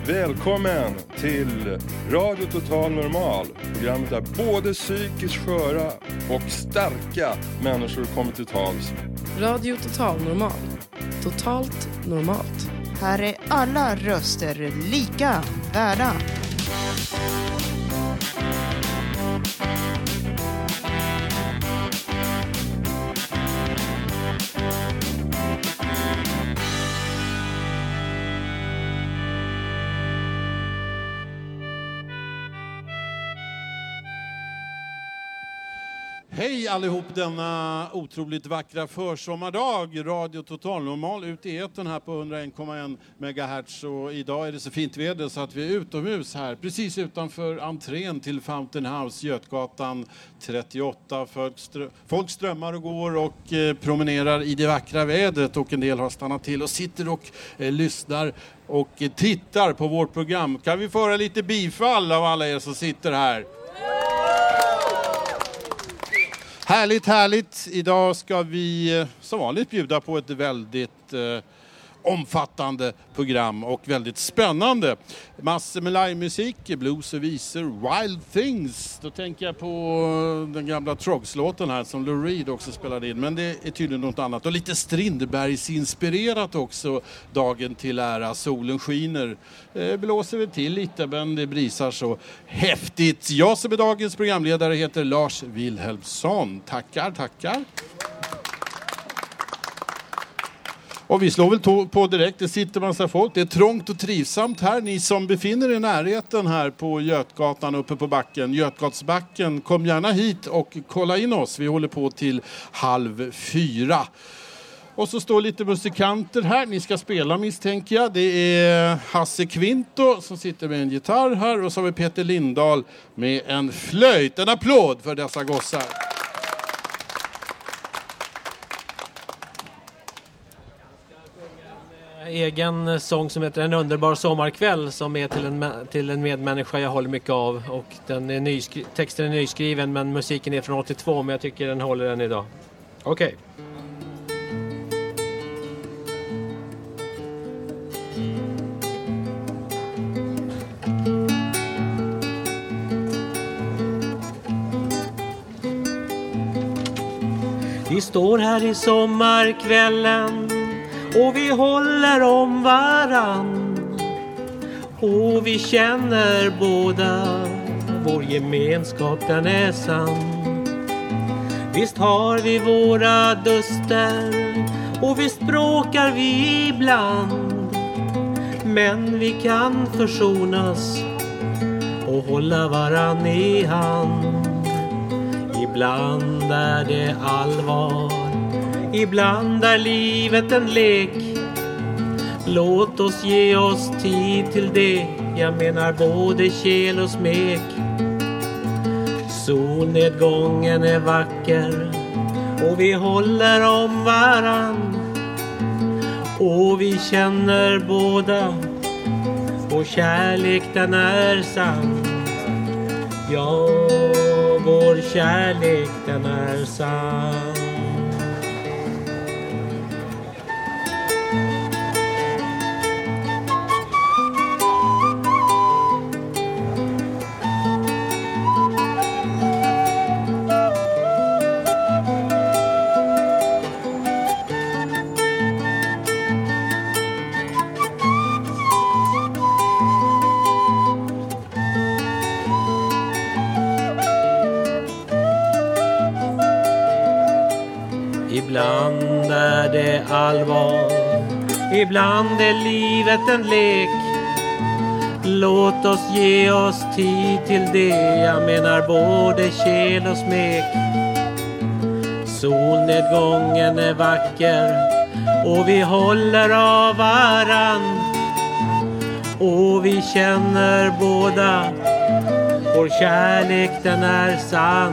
Välkommen till Radio Total Normal. Programmet där både psykiskt sköra och starka människor kommer till tals. Radio Total Normal. Totalt normalt. Här är alla röster lika värda. Hej allihop denna otroligt vackra försommardag. Radio Total Normal ut i etern här på 101,1 MHz. Och idag är det så fint väder så att vi är utomhus här. Precis utanför entrén till Fountain House, Götgatan 38. Folk strömmar och går och promenerar i det vackra vädret. Och en del har stannat till och sitter och lyssnar och tittar på vårt program. Kan vi föra lite bifall av alla er som sitter här? Härligt, härligt. Idag ska vi som vanligt bjuda på ett väldigt omfattande program och väldigt spännande. Massor med livemusik, blues och visor, Wild Things. Då tänker jag på den gamla Troggs-låten här som Lou Reed också spelade in. Men det är tydligen något annat. Och lite Strindbergs-inspirerat också dagen till ära. Solen skiner. Blåser väl till lite men det brisar så häftigt. Jag som är dagens programledare heter Lars Wilhelmsson. Tackar. Och vi slår väl på direkt, det sitter massa folk. Det är trångt och trivsamt här. Ni som befinner er i närheten här på Götgatan uppe på backen, Götgatsbacken, kom gärna hit och kolla in oss. Vi håller på till 3:30. Och så står lite musikanter här. Ni ska spela misstänker jag. Det är Hasse Kvinto som sitter med en gitarr här. Och så har vi Peter Lindahl med en flöjt. En applåd för dessa gossar. Egen sång som heter En underbar sommarkväll som är till en medmänniska jag håller mycket av. Och texten är nyskriven men musiken är från 82 men jag tycker den håller än idag. Okej. Vi står här i sommarkvällen och vi håller om varann och vi känner båda vår gemenskap den är sann. Visst har vi våra duster och visst bråkar vi ibland, men vi kan försonas och hålla varann i hand. Ibland är det allvar, ibland är livet en lek. Låt oss ge oss tid till det, jag menar både kel och smek. Solnedgången är vacker och vi håller om varann och vi känner båda vår kärlek den är sann. Ja, vår kärlek den är sann. Ibland är det allvar, ibland är livet en lek. Låt oss ge oss tid till det, jag menar både kel och smek. Solnedgången är vacker och vi håller av varann och vi känner båda vår kärlek den är sann.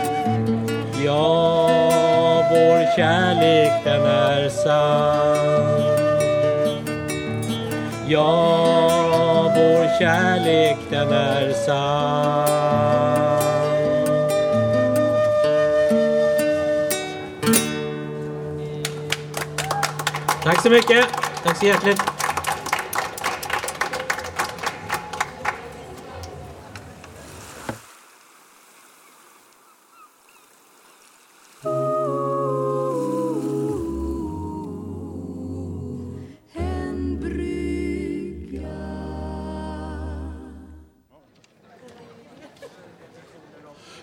Ja, vår kärlek den är sann. Ja, vår kärlek den är sann. Tack så mycket. Tack så hjärtligt.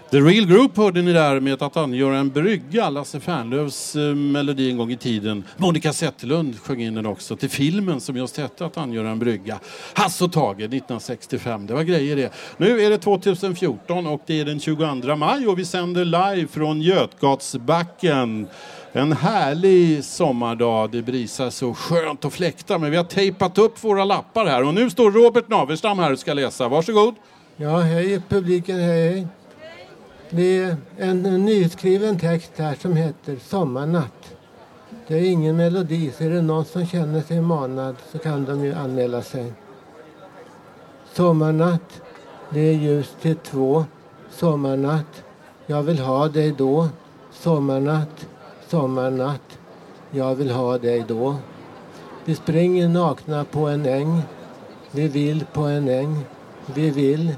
The Real Group hörde ni där med att angöra en brygga. Lasse Fernlöfs melodi en gång i tiden. Monica Zetterlund sjöng in den också till filmen som just hette Att angöra en brygga. Hasse och Tage 1965. Det var grejer det. Nu är det 2014 och det är den 22 maj och vi sänder live från Götgatsbacken. En härlig sommardag. Det brisar så skönt och fläktar. Men vi har tejpat upp våra lappar här. Och nu står Robert Naverstam här och ska läsa. Varsågod. Ja, hej publiken, hej. Det är en nyskriven text här som heter Sommarnatt. Det är ingen melodi, så är det någon som känner sig manad så kan de ju anmäla sig. Sommarnatt, det är ljus till 2. Sommarnatt, jag vill ha dig då. Sommarnatt, sommarnatt, jag vill ha dig då. Vi springer nakna på en äng. Vi vill på en äng. Vi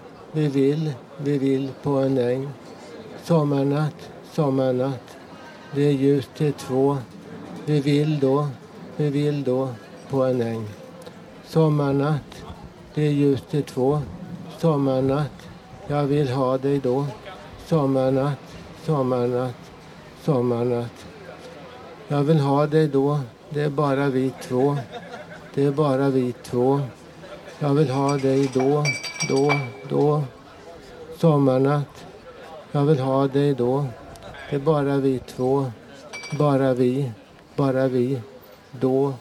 vill på en äng. Sommarnatt, sommarnatt, det är ljus till 2. Vi vill då på en äng. Sommarnatt, det är ljus till 2. Sommarnatt, jag vill ha dig då. Sommarnatt, sommarnatt, sommarnatt. Jag vill ha dig då, det är bara vi två. Det är bara vi två. Jag vill ha dig då. Sommarnatt. Jag vill ha dig då. Det är bara vi två. Bara vi. Då.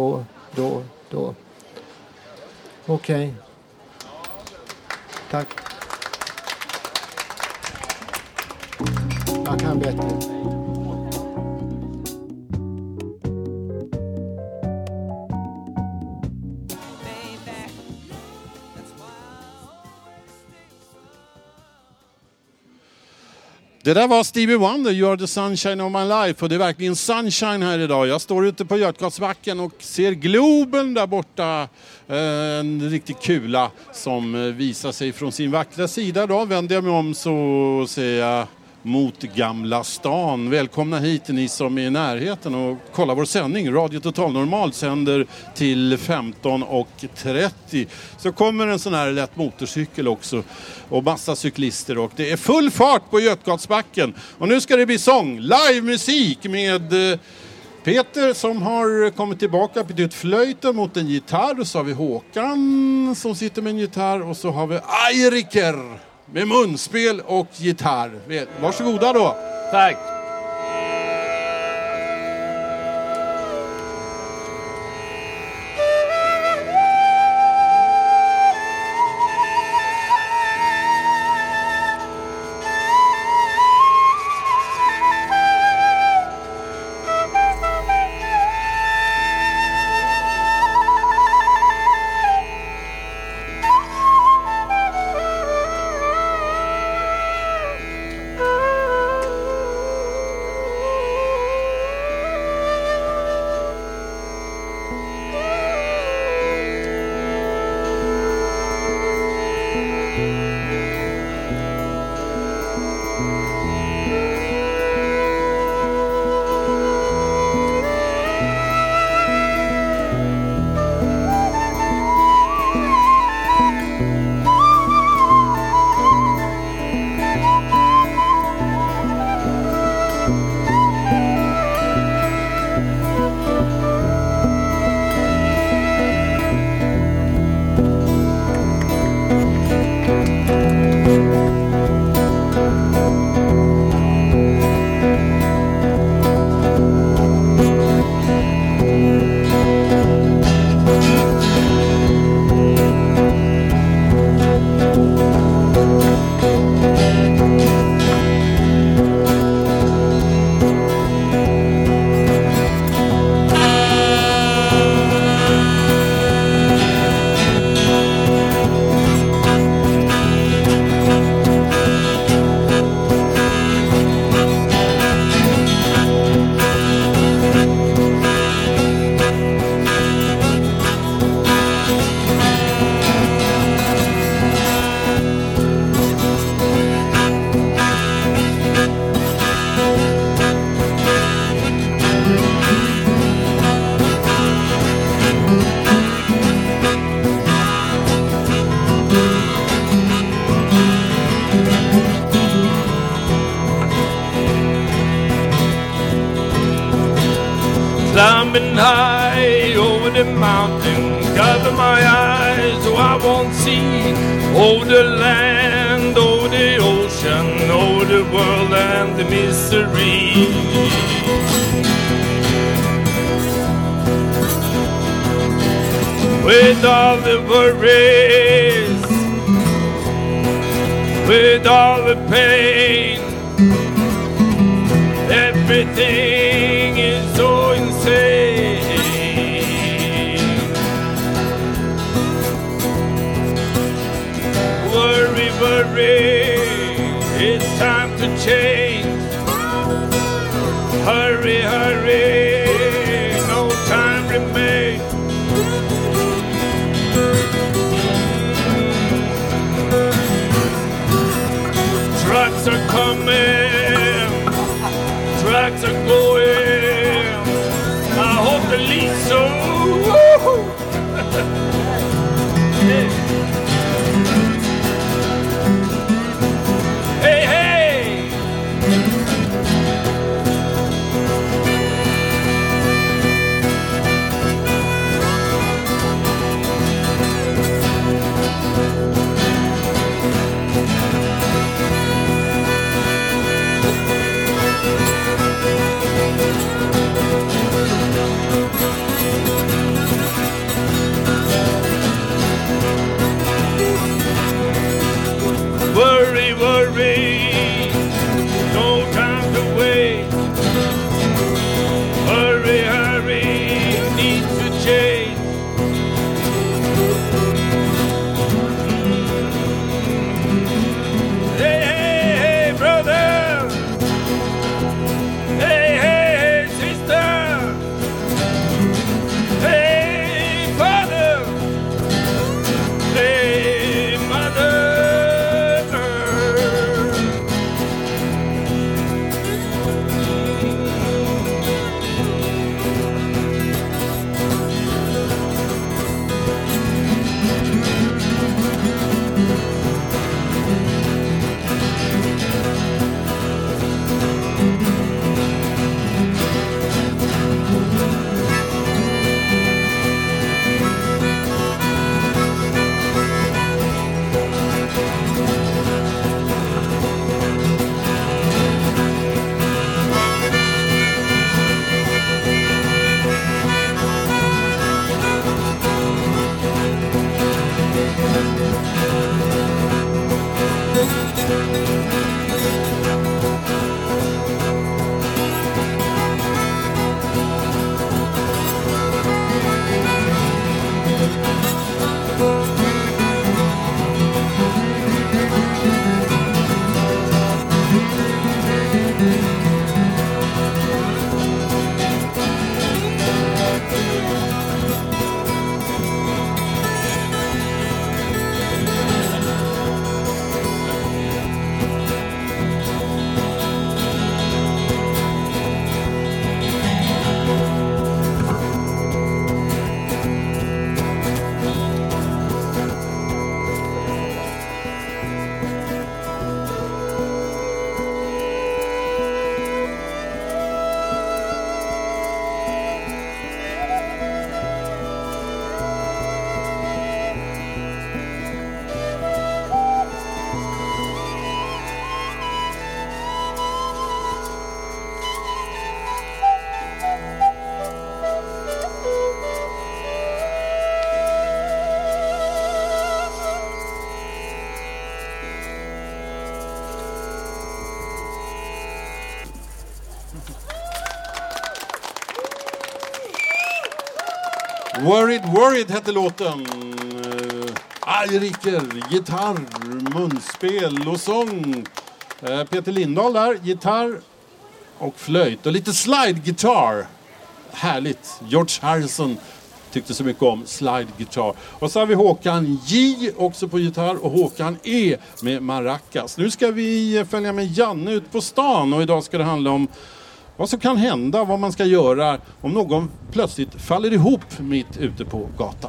Okej. Tack. Jag kan bättre. Det där var Stevie Wonder, You Are the Sunshine of My Life. Och det är verkligen sunshine här idag. Jag står ute på Götgatsbacken och ser Globen där borta. En riktig kula som visar sig från sin vackra sida. Då vänder jag mig om så ser jag mot Gamla stan. Välkomna hit ni som är i närheten och kolla vår sändning. Radio Total Normal sänder till 15:30. Så kommer en sån här lätt motorcykel också och massa cyklister och det är full fart på Götgatsbacken. Och nu ska det bli sång, livemusik med Peter som har kommit tillbaka, bytt flöjten mot en gitarr. Och så har vi Håkan som sitter med en gitarr och så har vi Eiriker med munspel och gitarr. Varsågoda då. Tack. I won't see. Oh, the land, oh, the ocean, oh, the world and the misery. With all the worries, with all the pain, everything is so insane. Worry, worry, it's time to change. Hurry, hurry, no time remains. Trucks are coming, trucks are going. I hope the leaves so. Hey, hey, hey. Worry, worry, no time to wait. Hurry, hurry, need to change. Hey, hey, hey, brother. Hey, hey, hey, sister. Hey, father. Hey, mother. Worried, Worried hette låten. Argriker, gitarr, munspel och sång. Peter Lindahl där, gitarr och flöjt och lite slide guitar. Härligt. George Harrison tyckte så mycket om slide guitar. Och så har vi Håkan J också på gitarr och Håkan E med maracas. Nu ska vi följa med Janne ut på stan och idag ska det handla om vad som kan hända, vad man ska göra om någon plötsligt faller ihop mitt ute på gatan.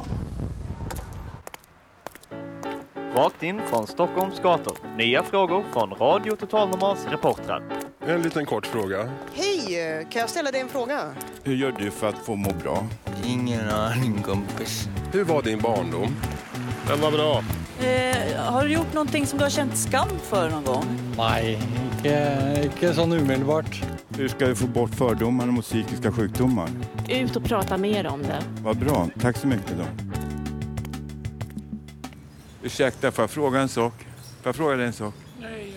Rakt in från Stockholms gator. Nya frågor från Radio Total Normals reportrar. En liten kort fråga. Hej, kan jag ställa dig en fråga? Hur gör du för att få må bra? Ingen aning, kompis. Hur var din barndom? Den var bra. Har du gjort någonting som du har känt skam för någon gång? Nej, inte så omedelbart. Hur ska vi få bort fördomarna mot psykiska sjukdomar? Ut och prata mer om det. Vad bra, tack så mycket då. Ursäkta, får jag fråga en sak? Får jag fråga dig en sak? Nej,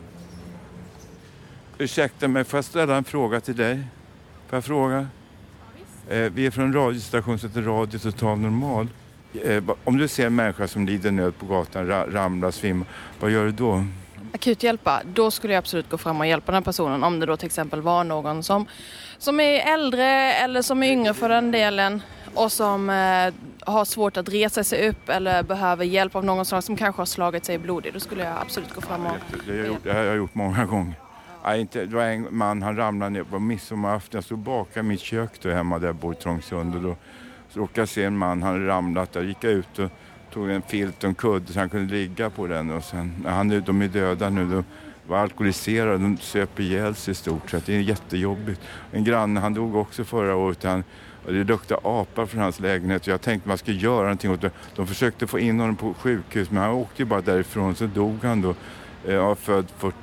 Ursäkta mig, får jag ställa en fråga till dig? Får jag fråga? Vi är från en radiostation som heter Radio Total Normal. Om du ser en människa som lider nöd på gatan, ramlar, svimmar, vad gör du då? Akuthjälpa, då skulle jag absolut gå fram och hjälpa den här personen. Om det då till exempel var någon som är äldre eller som är yngre för den delen och som har svårt att resa sig upp eller behöver hjälp av någon som kanske har slagit sig blodig. Då skulle jag absolut gå fram och... Det har jag gjort många gånger. Det var en man, han ramlade ner på midsommarafton. Jag stod bakom mitt kök då hemma där jag bor i Trångsund. Och då så råkade jag se en man, han ramlat där. Gick jag ut och tog en filt och en kudde så han kunde ligga på den. Och sen, de är döda nu, de var alkoholiserade, de söp ihjäl sig i stort sett. Det är jättejobbigt. En granne, han dog också förra året. Och det luktade apar från hans lägenhet. Jag tänkte man skulle göra någonting åt det. De försökte få in honom på sjukhus, men han åkte ju bara därifrån. Så dog han då. Född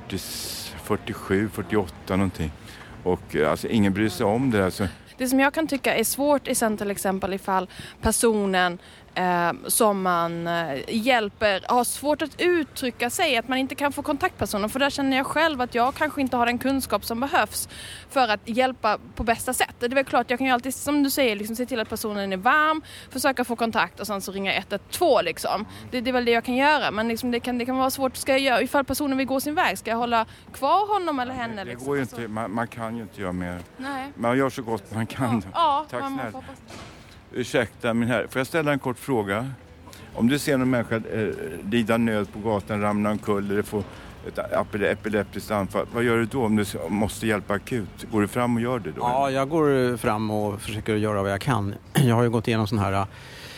47, 48 någonting. Och alltså ingen bryr sig om det. Alltså. Det som jag kan tycka är svårt är sen till exempel ifall personen som man hjälper har svårt att uttrycka sig, att man inte kan få kontaktpersoner, för där känner jag själv att jag kanske inte har den kunskap som behövs för att hjälpa på bästa sätt. Det är väl klart, jag kan ju alltid, som du säger, liksom, se till att personen är varm, försöka få kontakt och sen så ringa 112 liksom. Det är väl det jag kan göra, men liksom, det kan vara svårt. Ska jag göra, ifall personen vill gå sin väg, ska jag hålla kvar honom eller henne? Det liksom? går ju inte, man kan ju inte göra mer. Nej. Man gör så gott man kan. Ja, tack man snälla. Ursäkta, min herre. Får jag ställa en kort fråga? Om du ser någon människa lida nöd på gatan, ramla omkull eller få ett epileptiskt anfall, vad gör du då om du måste hjälpa akut? Går du fram och gör det då? Ja, jag går fram och försöker göra vad jag kan. Jag har ju gått igenom sån här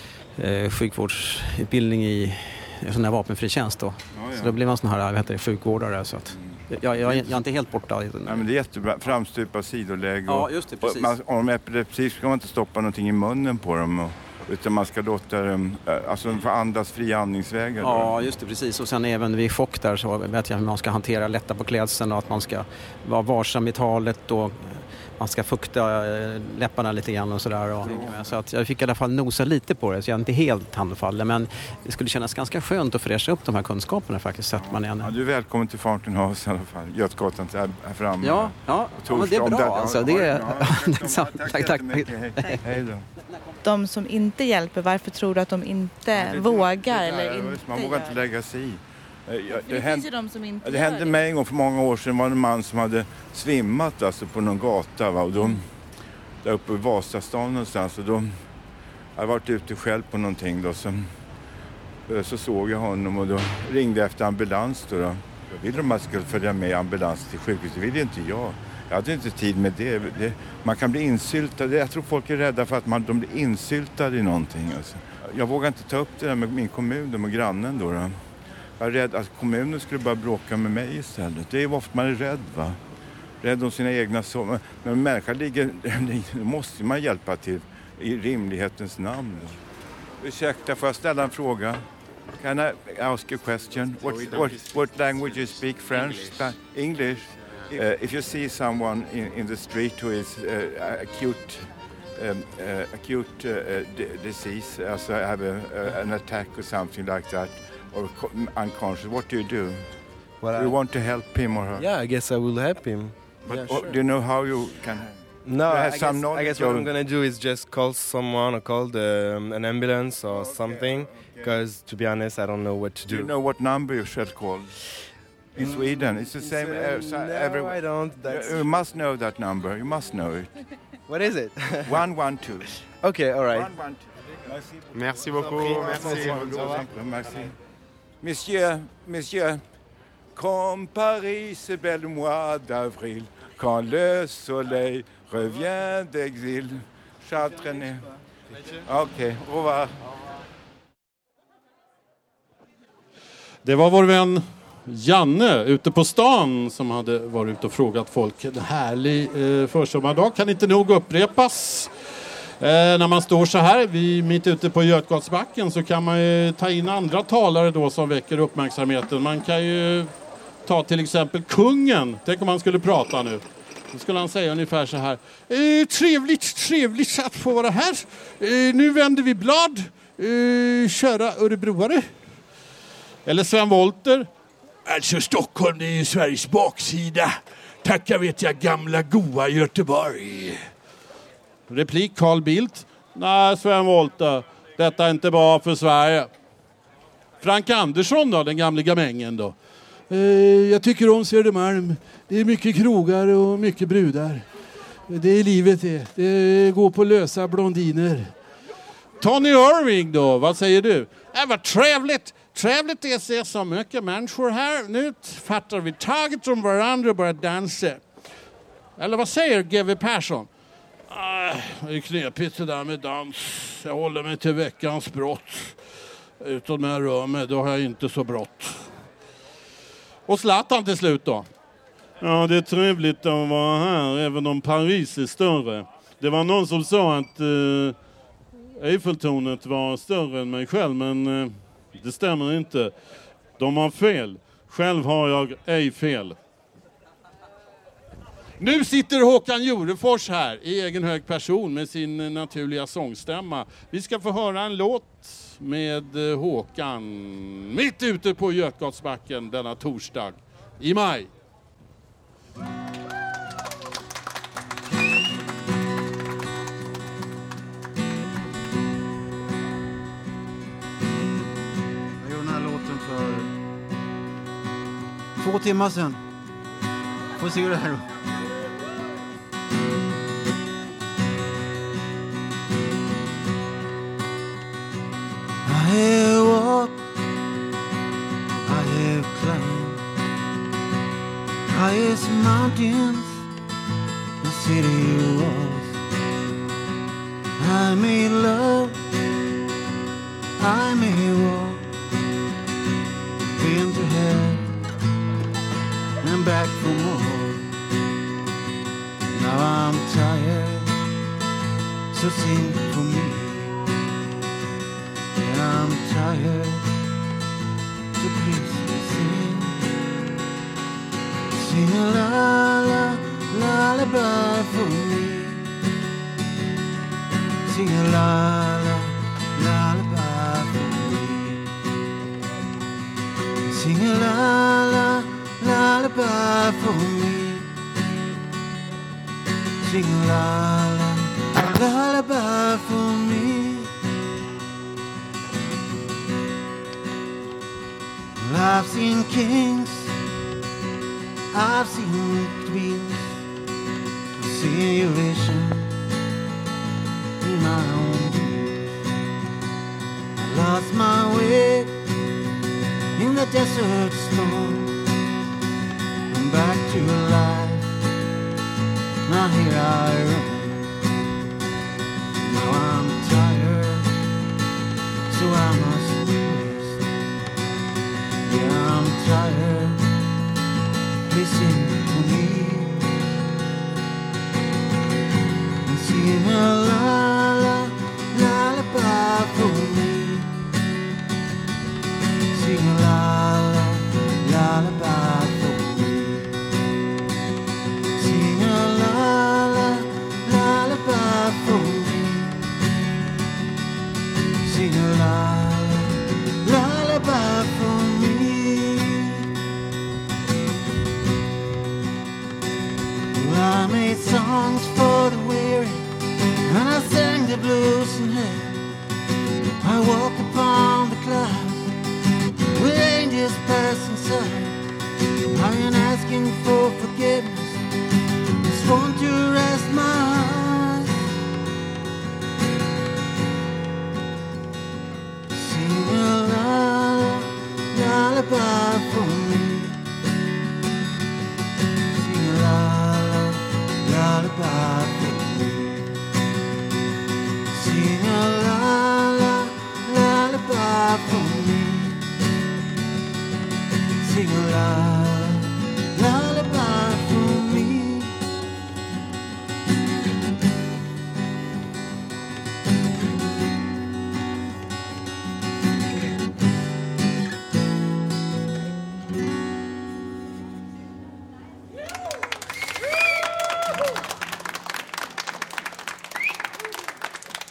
sjukvårdsutbildning i sån här vapenfri tjänst då. Ja. Så då blir man sån här sjukvårdare. Så att jag är inte helt borta. Nej, men det är jättebra. Framstupa sidoläge. Ja, just det, precis. Om epilepsi ska man inte stoppa någonting i munnen på dem. Utan man ska låta dem få andas fria andningsvägar. Ja, just det, precis. Och sen även vid chock där så vet jag hur man ska hantera lätta på klädseln och att man ska vara varsam i talet och man ska fukta läpparna lite grann och sådär. Så att jag fick i alla fall nosa lite på det, så jag är inte helt handfallen. Men det skulle kännas ganska skönt att fräscha upp de här kunskaperna faktiskt. Så att man igen... Ja, du är välkommen till Fountain House i alla fall. Götgatan här framme. Ja, men det är bra. Alltså, det är... Tack. Hej då. De som inte hjälper, varför tror du att de inte vågar eller inte man vågar inte lägga sig i. Det finns ju de som inte det hände mig en gång för många år sedan. Var en man som hade svimmat alltså, på någon gata. Va? Och då, där uppe i Vasastan någonstans. Och då hade jag varit ute själv på någonting. Då, så såg jag honom och då ringde jag efter ambulans. Då. Jag ville de att jag skulle följa med ambulans till sjukhus. Det ville inte jag. Jag hade inte tid med det. Man kan bli insyltad. Jag tror folk är rädda för att de blir insyltade i någonting. Alltså. Jag vågar inte ta upp det där med min kommun, med grannen då. Jag är rädd att kommunen skulle bara bråka med mig istället. Det är ofta man är rädd, va? Rädd om sina egna men en människa då måste man hjälpa till i rimlighetens namn. Ursäkta, får jag ställa en fråga? Can I ask a question? What language you speak? French? English? If you see someone in the street who is acute disease, also have an attack or something like that, or unconscious, what do? Well, you want to help him or her? Yeah, I guess I will help him. But yeah, sure. Do you know how you can? No, I guess what I'm gonna do is just call someone or call an ambulance or something. Because to be honest, I don't know what to do. Do you know what number you should call? In Sweden, it's the same. No, I don't. You must know that number. You must know it. What is it? 112. Okay, all right. 112. Merci beaucoup. Merci. Monsieur, comme Paris c'est belle mois d'avril, quand le soleil revient d'exil. Châtrené. Okej, au revoir. Det var vår vän Janne ute på stan som hade varit ute och frågat folk. En härlig försommardag kan inte nog upprepas. När man står så här mitt ute på Götgatsbacken så kan man ju ta in andra talare då som väcker uppmärksamheten. Man kan ju ta till exempel kungen. Tänk om man skulle prata nu. Då skulle han säga ungefär så här. Trevligt att få vara här. Nu vänder vi blad. Köra örebroare. Eller Sven Wollter. Alltså Stockholm, det är ju Sveriges baksida. Tacka vet jag gamla goa Göteborg. Replik Carl Bildt. Nej, Sven Wollter. Detta är inte bra för Sverige. Frank Andersson då, den gamla gamängen då. Jag tycker om Södermalm. Det är mycket krogar och mycket brudar. Det är livet det. Det går på lösa blondiner. Tony Irving då, vad säger du? Vad trevligt. Trevligt det är att se så mycket människor här. Nu fattar vi taget om varandra och börjar dansa. Eller vad säger G.V. Persson? Det är knepigt det där med dans. Jag håller mig till veckans brott. Utom när jag rör mig, då har jag inte så brott. Och Zlatan till slut då? Ja, det är trevligt att vara här, även om Paris är större. Det var någon som sa att Eiffeltornet var större än mig själv, men det stämmer inte. De har fel. Själv har jag ej fel. Nu sitter Håkan Jorefors här i egen hög person med sin naturliga sångstämma. Vi ska få höra en låt med Håkan mitt ute på Götgatsbacken denna torsdag i maj. Jag gjorde den här låten för 2 timmar sedan. Får se hur det här då. I have walked, I have climbed highest mountains and city walls. I may love, I may walk, been to hell and back for more. Now I'm tired, so sing for me. I'm tired, so please sing. Sing a lullaby for me. Sing a lullaby for me. Sing a lullaby for me. Sing a lullaby for me. I've seen kings, I've seen queens, I've seen your vision in my own dreams. I lost my way in the desert storm. I'm back to life, now here I run. Now I'm tired, so I must. Yeah, I'm tired, listen to me. And sing a lullaby for me. Sing a lullaby for me. Sing a lullaby for me. Sing a lullaby for me. I made songs for the weary, and I sang the blues in hell. I walked upon the clouds with angels passing by. I ain't asking for forgiveness, just want to rest my eyes. Sing a lullaby for me. Sing a lullaby for me. Sing a lullaby for me. Sing a lullaby for me.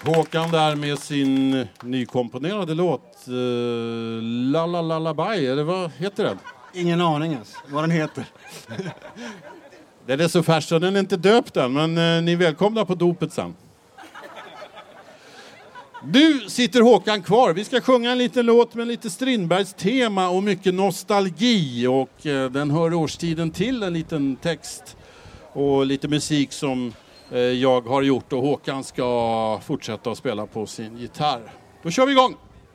Håkan där med sin nykomponerade låt La La La La Bye, eller vad heter den? Ingen aning ens vad den heter. Den är så färsk så den är inte döpt än, men ni är välkomna på dopet sen. Du sitter Håkan kvar. Vi ska sjunga en liten låt med lite Strindbergs tema och mycket nostalgi. Och den hör årstiden till, en liten text och lite musik som jag har gjort. Och Håkan ska fortsätta att spela på sin gitarr. Då kör vi igång!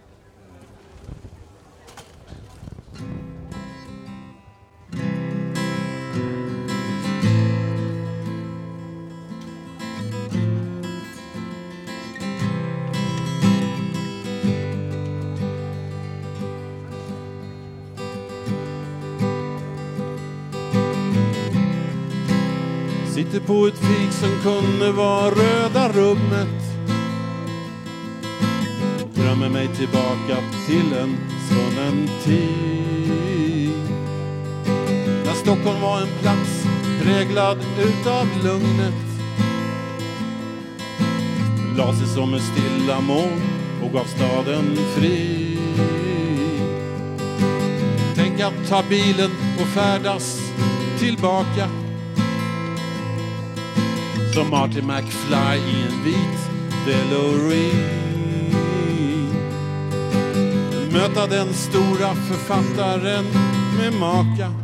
Sitter på ett fik som kunde vara röda rummet. Drömmer mig tillbaka till en svunnen tid. När Stockholm var en plats präglad utav lugnet. La sig som ett stilla moln och gav staden fri. Tänk att ta bilen och färdas tillbaka. Som Marty McFly i en vit DeLorean. Möta den stora författaren med maka.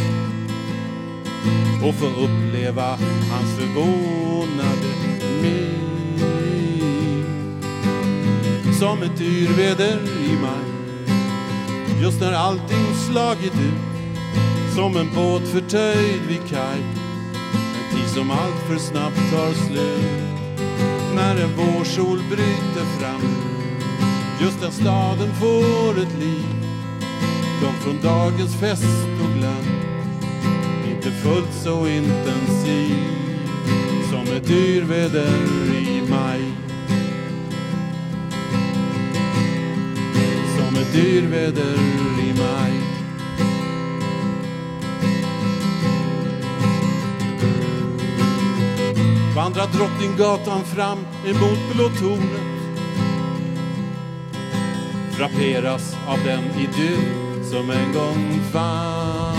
Och få uppleva hans förvånade min. Som ett yrväder i maj. Just när allting slagit ut. Som en båt förtöjd vid kaj. Som allt för snabbt tar slut. När en vårsol bryter fram. Just när staden får ett liv. Långt från dagens fest och glam. Inte fullt så intensiv. Som ett yrväder i maj. Som ett yrväder i maj. Vandrar Drottninggatan fram emot Blå tornet. Frapperas av den idyll som en gång fanns.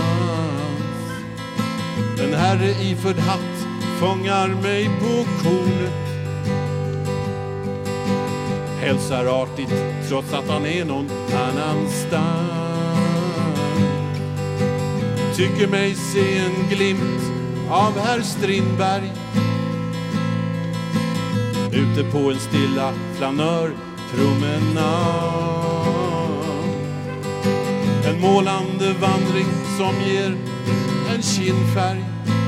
En herre iförd hatt fångar mig på kornet. Hälsar artigt trots att han är någon annanstans. Tycker mig se en glimt av herr Strindberg. Ute på en stilla flanörpromenad. En målande vandring som ger en kindfärg.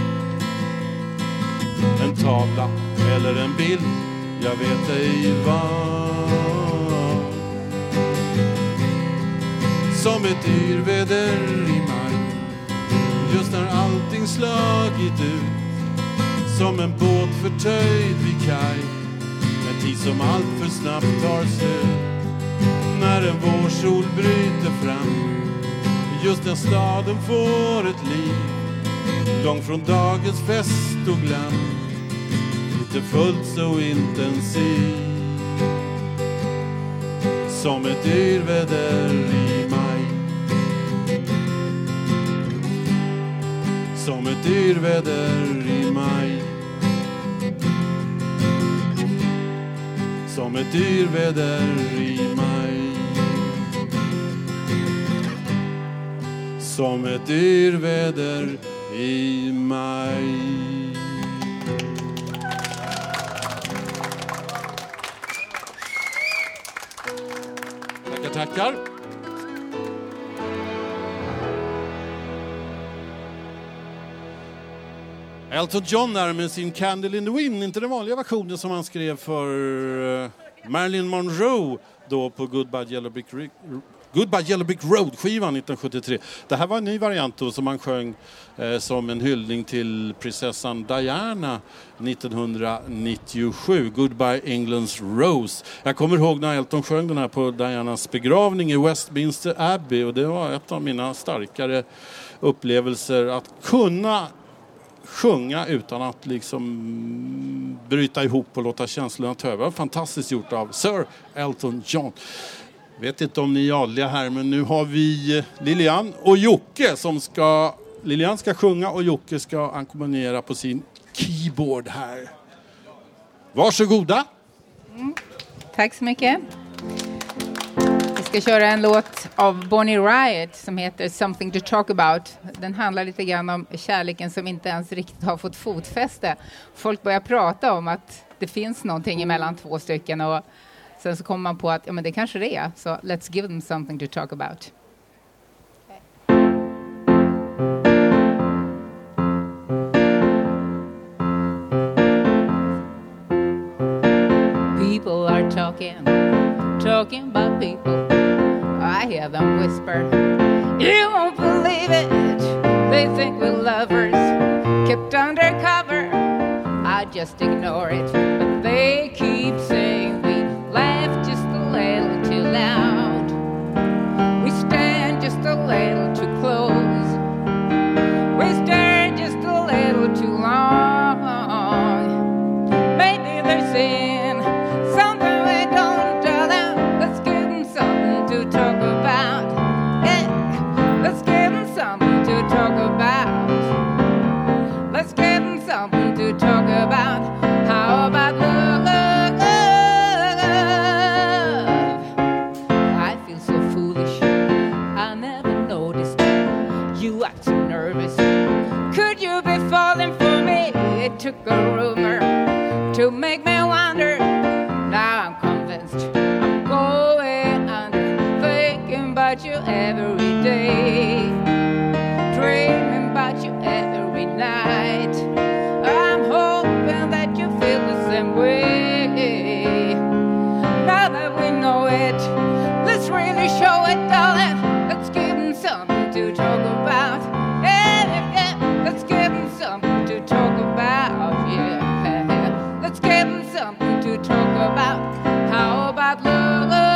En tavla eller en bild, jag vet ej vad. Som ett yrväder i maj. Just när allting slagit ut. Som en båt förtöjd vid kaj. En tid som allt för snabbt tar slut. När en vårsol bryter fram. Just när staden får ett liv. Långt från dagens fest och glam. Inte fullt så intensiv. Som ett yrväder i maj. Som ett yrväder i maj. Som ett yrväder i maj. Som ett yrväder i maj. Tackar. Elton John där med sin Candle in the Wind, inte den vanliga versionen som han skrev för Marilyn Monroe då på Goodbye Yellow Brick Road-skivan 1973. Det här var en ny variant då, som han sjöng som en hyllning till prinsessan Diana 1997. Goodbye England's Rose. Jag kommer ihåg när Elton sjöng den här på Dianas begravning i Westminster Abbey, och det var ett av mina starkare upplevelser att kunna sjunga utan att liksom bryta ihop och låta känslorna ta över. Fantastiskt gjort av Sir Elton John. Vet inte om ni är adliga här, men nu har vi Lilian och Jocke som ska... Lilian ska sjunga och Jocke ska ackompanjera på sin keyboard här. Varsågoda. Tack så mycket. Vi ska köra en låt av Bonnie Raitt som heter Something to Talk About. Den handlar lite grann om kärleken som inte ens riktigt har fått fotfäste. Folk börjar prata om att det finns någonting emellan två stycken och sen så kommer man på att ja, men det kanske det är. Så let's give them something to talk about. People are talking about people. I hear them whisper, you won't believe it. They think we're lovers, kept undercover. I just ignore it, but they keep saying we laugh just a little too loud. We stand just a little too close. We stare just a little too long. Maybe they're saying something we don't tell them. Let's give them something to talk about. Yeah, let's give them something to talk about. Let's give them something to talk about. How about love? I feel so foolish. I never noticed you act so nervous. Could you be falling for me? It took a rumor to make me wonder. Now I'm convinced I'm going under, thinking about you every day, dreaming about you every night. I'm hoping that you feel the same way. Now that we know it, let's really show it, darling. Let's give them something to talk about. Yeah, yeah. Let's give them something to talk about. Yeah, let's give them something to talk about. How about love?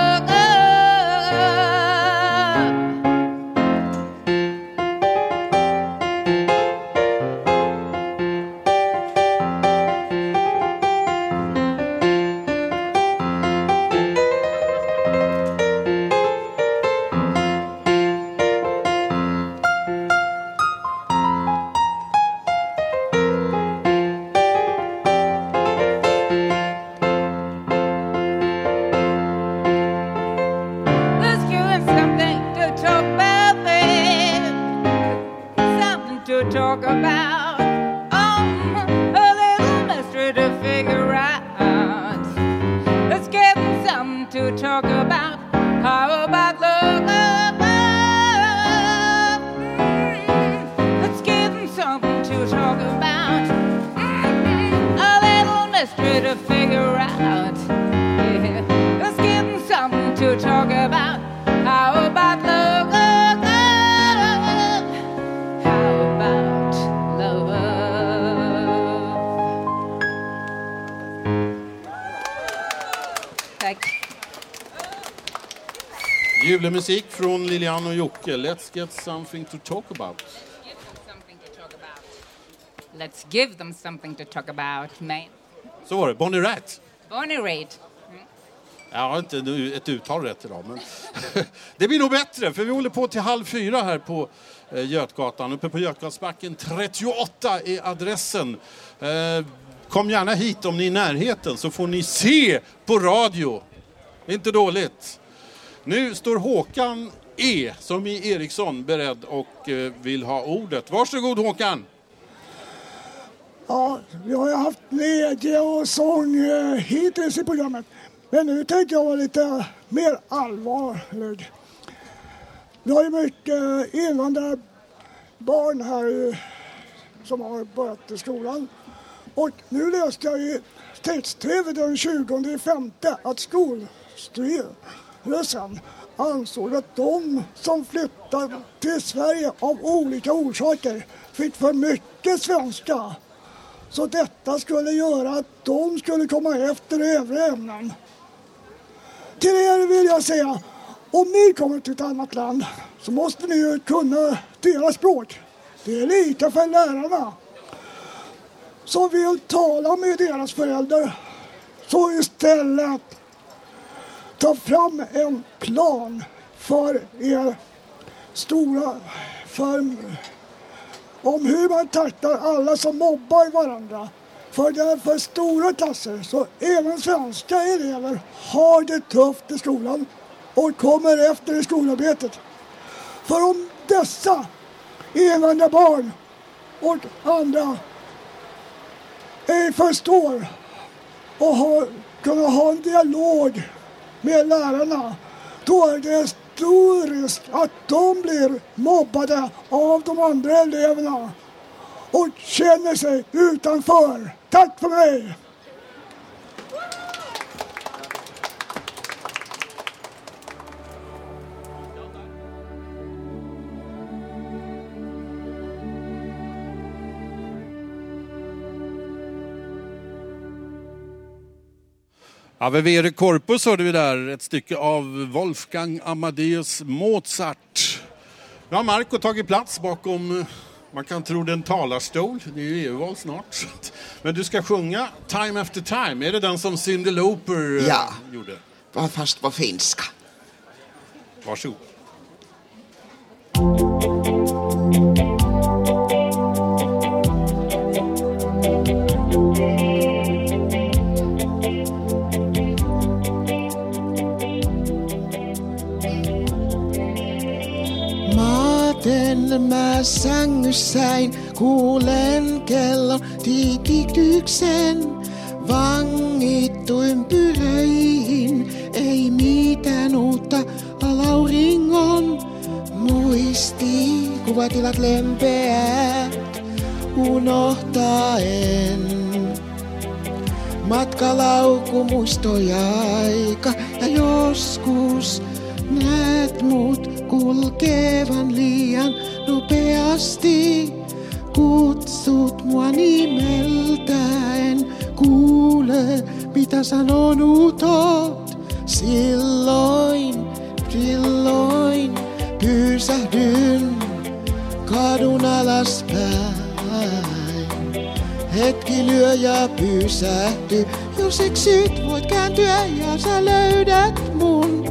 Let's give them something to talk about, babe. Something to talk about. A little mystery to figure out. Let's give them something to talk about. How about love? Let's give them something to talk about. A little mystery to figure out. Yeah. Let's give them something to talk about. How about love? How about love? Tack. Julemusik från Lilian och Jocke. Let's get something to talk about. Let's give them something to talk about, man. Så var det. Bonnie Raitt. Bonnie Raitt. Jag har inte ett uttal rätt idag, men det blir nog bättre, för vi håller på till 3:30 här på Götgatan. Uppe på Götgatsbacken 38 är adressen. Kom gärna hit om ni är i närheten så får ni se på radio. Inte dåligt. Nu står Håkan E som i Eriksson beredd och vill ha ordet. Varsågod Håkan. Ja, vi har ju haft glädje och sång hittills i programmet. Men nu tänker jag vara lite mer allvarlig. Vi har ju mycket invandrarbarn här som har börjat i skolan. Och nu läste jag i text-tv den 20/5 att Skolstyrelsen ansåg att de som flyttar till Sverige av olika orsaker fick för mycket svenska. Så detta skulle göra att de skulle komma efter övriga ämnen. Till er vill jag säga, om ni kommer till ett annat land så måste ni ju kunna deras språk. Det är lika för lärarna. som vill tala med deras föräldrar, så istället ta fram en plan för er stora om hur man tacklar alla som mobbar varandra. För det är för stora klasser, så även svenska elever har det tufft i skolan och kommer efter i skolarbetet. För om dessa invandrarbarn och andra ej förstår och kunna ha en dialog med lärarna, då är det stor risk att de blir mobbade av de andra eleverna och känner sig utanför. Tack för mig! Avevere Corpus hörde vi där, ett stycke av Wolfgang Amadeus Mozart. Nu har Marco tagit plats bakom, man kan tro det är en talarstol, det är ju EU-val snart. Men du ska sjunga Time After Time, är det den som Cyndi Lauper gjorde? Ja, fast på finska. Varsågod. Mä sängyssäin kuulen kellon tikityksen. Vangittu ympyröihin, ei mitään uutta alauringon. Muistikuvatilat lempeät unohtaen. Matkalauku muistoi aika ja joskus näet mut kulkevan liian nopeasti. Kutsut mua nimeltäen, kuule mitä sanonut oot. Silloin pysähdyn kadun alaspäin. Hetki lyö ja pysähty, jos eksyt voit kääntyä ja sä löydät mun.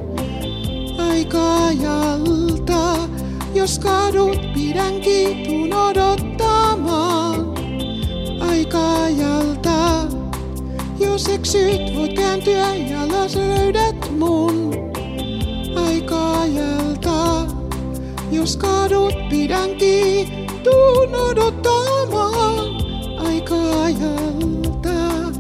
Aika-ajalta, jos kadut pidän kiitun odottamaan. Aika-ajalta, jos eksyt voit kääntyä ja sä löydät mun. Aika-ajalta, jos kadut pidän kiitun odottamaan. Aika-ajalta.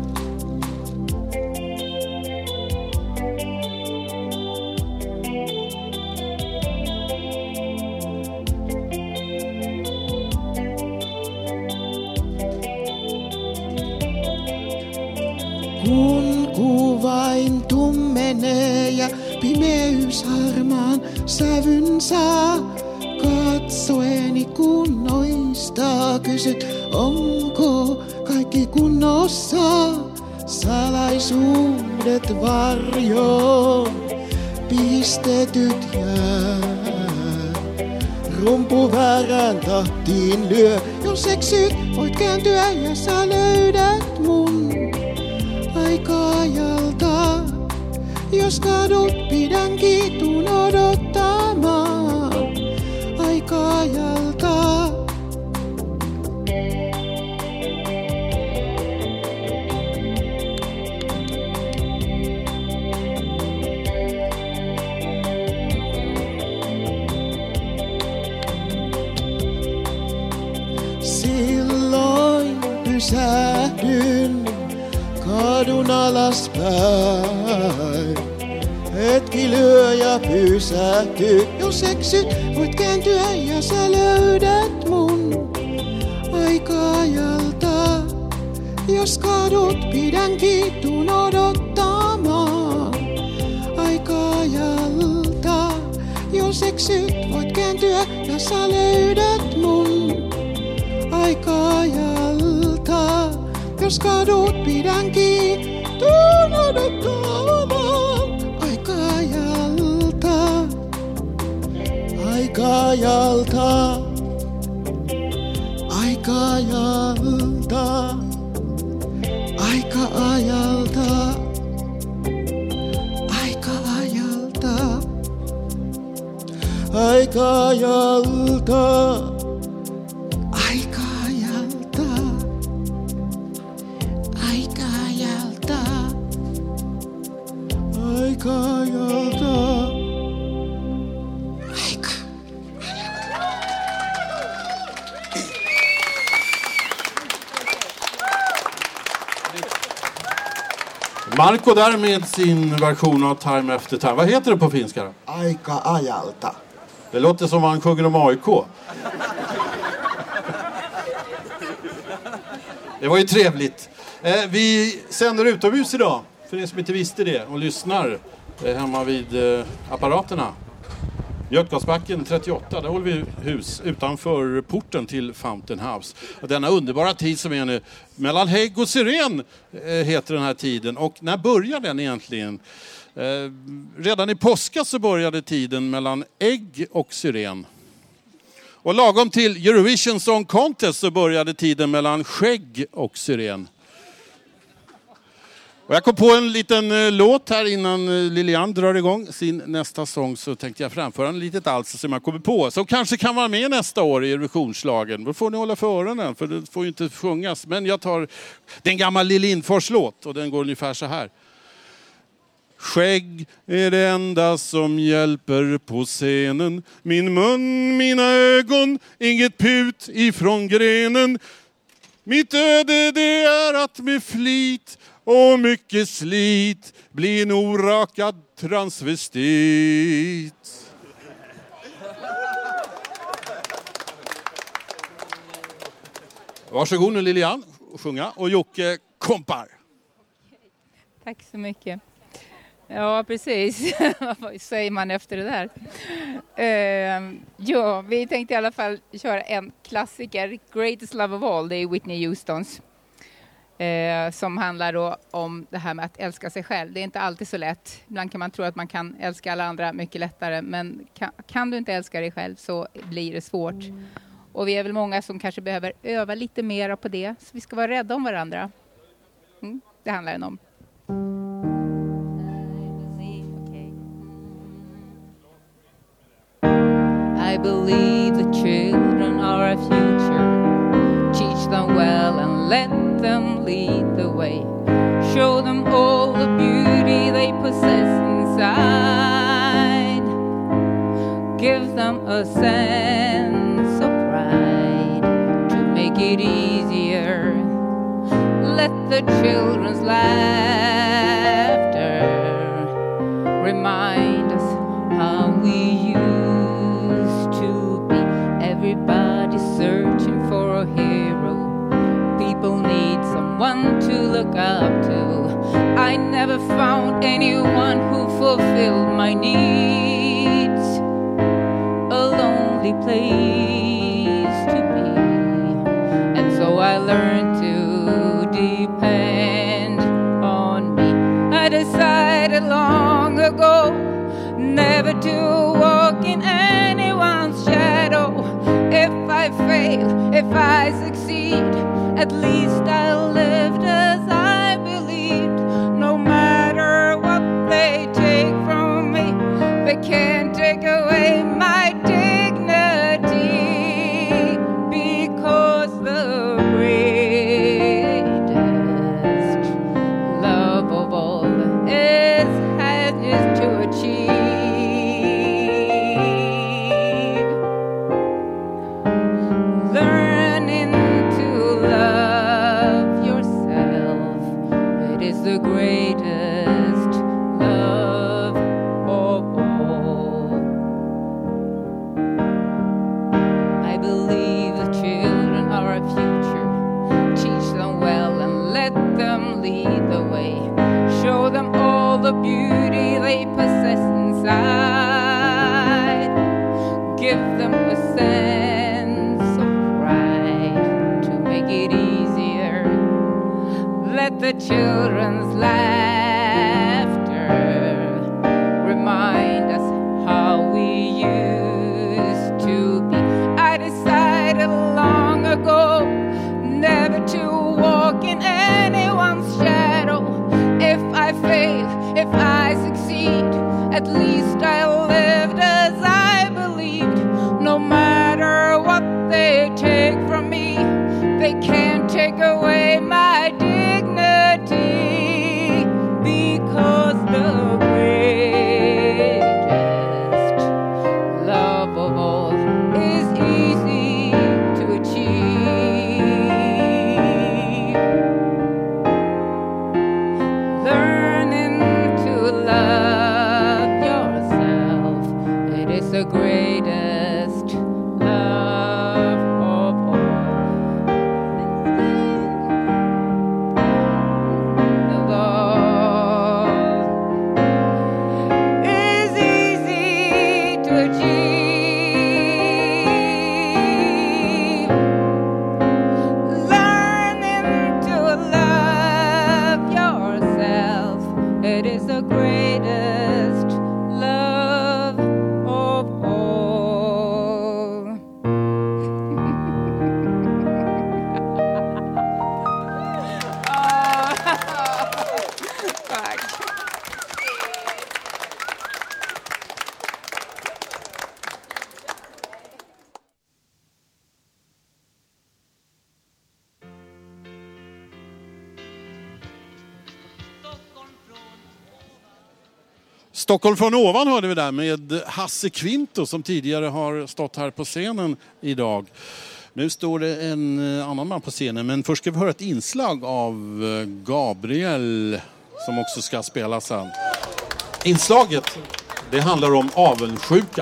Kun kuvain tummenee ja pimeys harmaan sävyn saa, katsoeni kunnoista kysyt, onko kaikki kunnossa? Salaisuudet varjoon pistetyt jää. Rumpu väärään tahtiin lyö, jos eksyt voit kääntyä ja sä löydät mun. Aika-ajalta, jos kadut pidän kiitun odottamaan. Aika-ajalta. Silloin pysähdyn kadun alaspäin. Hetki lyö ja pysähty, jos eksyt voit kääntyä ja sä löydät mun. Aika-ajalta, jos kadut pidän kiitun odottamaan. Aika-ajalta, jos eksyt voit kääntyä ja sä löydät mun. Aika-ajalta, jos kadut pidän kiitun odottamaan. Aika-ajalta, aika-ajalta, aika-ajalta. Aika jalta, aika jalta, aika jalta, aika jalta. Marco där med sin version av Time After Time. Vad heter det på finska då? Aika ajalta. Det låter som han sjunger om AIK. Det var ju trevligt. Vi sänder utomhus idag, för er som inte visste det, och lyssnar hemma vid apparaterna. Götgasbacken 38, där håller vi hus utanför porten till Fountain House. Och denna underbara tid som är nu, mellan hägg och syren heter den här tiden. Och när börjar den egentligen? Redan i påska så började tiden mellan ägg och syren. Och lagom till Eurovision Song Contest så började tiden mellan skägg och syren. Och jag kom på en liten låt här innan Lilian drar igång sin nästa sång, så tänkte jag framföra en litet alls som jag kommer på. Så kanske kan vara med nästa år i Eurovisionsslagen. Då får ni hålla för öronen, för det får ju inte sjungas. Men jag tar den gamla Lill Lindfors låt, och den går ungefär så här. Skägg är det enda som hjälper på scenen. Min mun, mina ögon, inget put ifrån grenen. Mitt öde det är att med flit och mycket slit blir en orakad transvestit. Varsågod nu Lilian och sjunga, och Jocke kompar. Tack så mycket. Ja, precis. Vad säger man efter det där? Ja, vi tänkte i alla fall köra en klassiker, Greatest Love of All, det är Whitney Houstons. Som handlar då om det här med att älska sig själv. Det är inte alltid så lätt. Ibland kan man tro att man kan älska alla andra mycket lättare. Men kan du inte älska dig själv så blir det svårt. Och vi är väl många som kanske behöver öva lite mer på det. Så vi ska vara rädda om varandra. Det handlar det om. I believe the children are our future. Teach them well and let them lead the way. Show them all the beauty they possess inside. Give them a sense of pride to make it easier. Let the children's laughter remind us how we used to be. Everybody searching for a hero. People need someone to look up to. I never found anyone who fulfilled my needs. A lonely place to be. And so I learned to depend on me. I decided long ago never to walk in anyone's shadow. If I fail, if I succeed, at least I lived as I believed. No matter what they take from me, they can't take away my dignity. Because the greatest love of all is to achieve. Learning to love yourself, it is the greatest love of all. I believe the children are our future. Teach them well and let them lead the way. Show them all the beauty they possess inside. Give them a sense of pride to make it easier. Let the children's laughter remind us how we used to be. I decided long ago never to walk in anyone's shadow. If I fail, if I succeed, at least I lived as I believe. Stockholm från ovan hörde vi där med Hasse Kvinto som tidigare har stått här på scenen idag. Nu står det en annan man på scenen, men först ska vi höra ett inslag av Gabriel som också ska spela sen. Inslaget, det handlar om avundsjuka.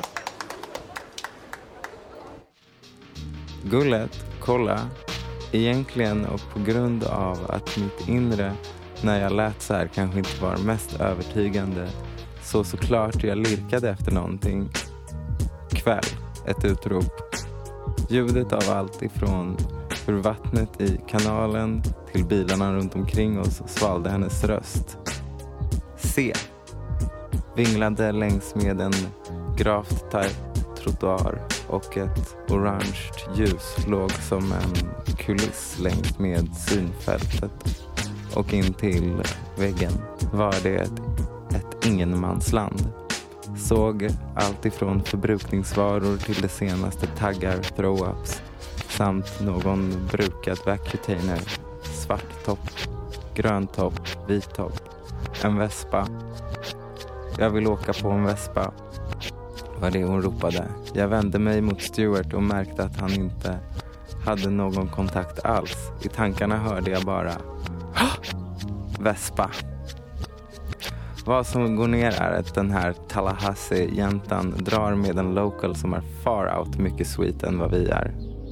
Gullet, kolla. Egentligen och på grund av att mitt inre när jag lät så här kanske inte var mest övertygande, så såklart jag lirkade efter någonting. Kväll, ett utrop. Ljudet av allt ifrån hur vattnet i kanalen till bilarna runt omkring oss svalde hennes röst. Se. Vinglade längs med en gravt tajt trottoar och ett orange ljus låg som en kuliss längs med synfältet. Och in till väggen var det ett ingenmansland. Såg allt ifrån förbrukningsvaror till de senaste taggar, throw-ups samt någon brukad vacuumtainer, svart topp, grön topp, vit topp, en vespa. Jag vill åka på en vespa, var det hon ropade. Jag vände mig mot Stuart och märkte att han inte hade någon kontakt alls. I tankarna hörde jag bara vespa. Vad som går ner är att den här Tallahassee-jäntan drar med en local som är far out mycket sweet än vad vi är.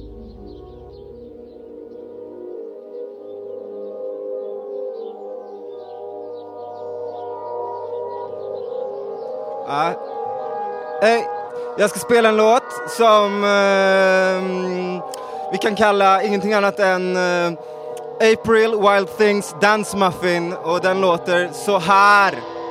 Jag ska spela en låt som vi kan kalla ingenting annat än April Wild Things Dance Muffin, och den låter så här.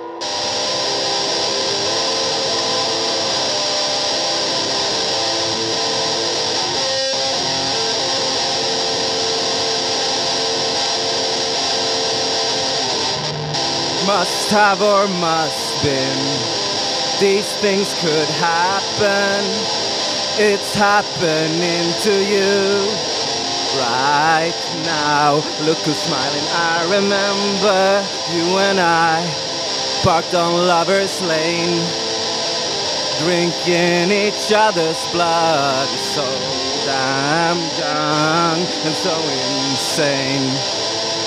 Must have or must been, these things could happen. It's happening to you right now. Look who's smiling. I remember you and I parked on Lover's Lane, drinking each other's blood. So damn young and so insane.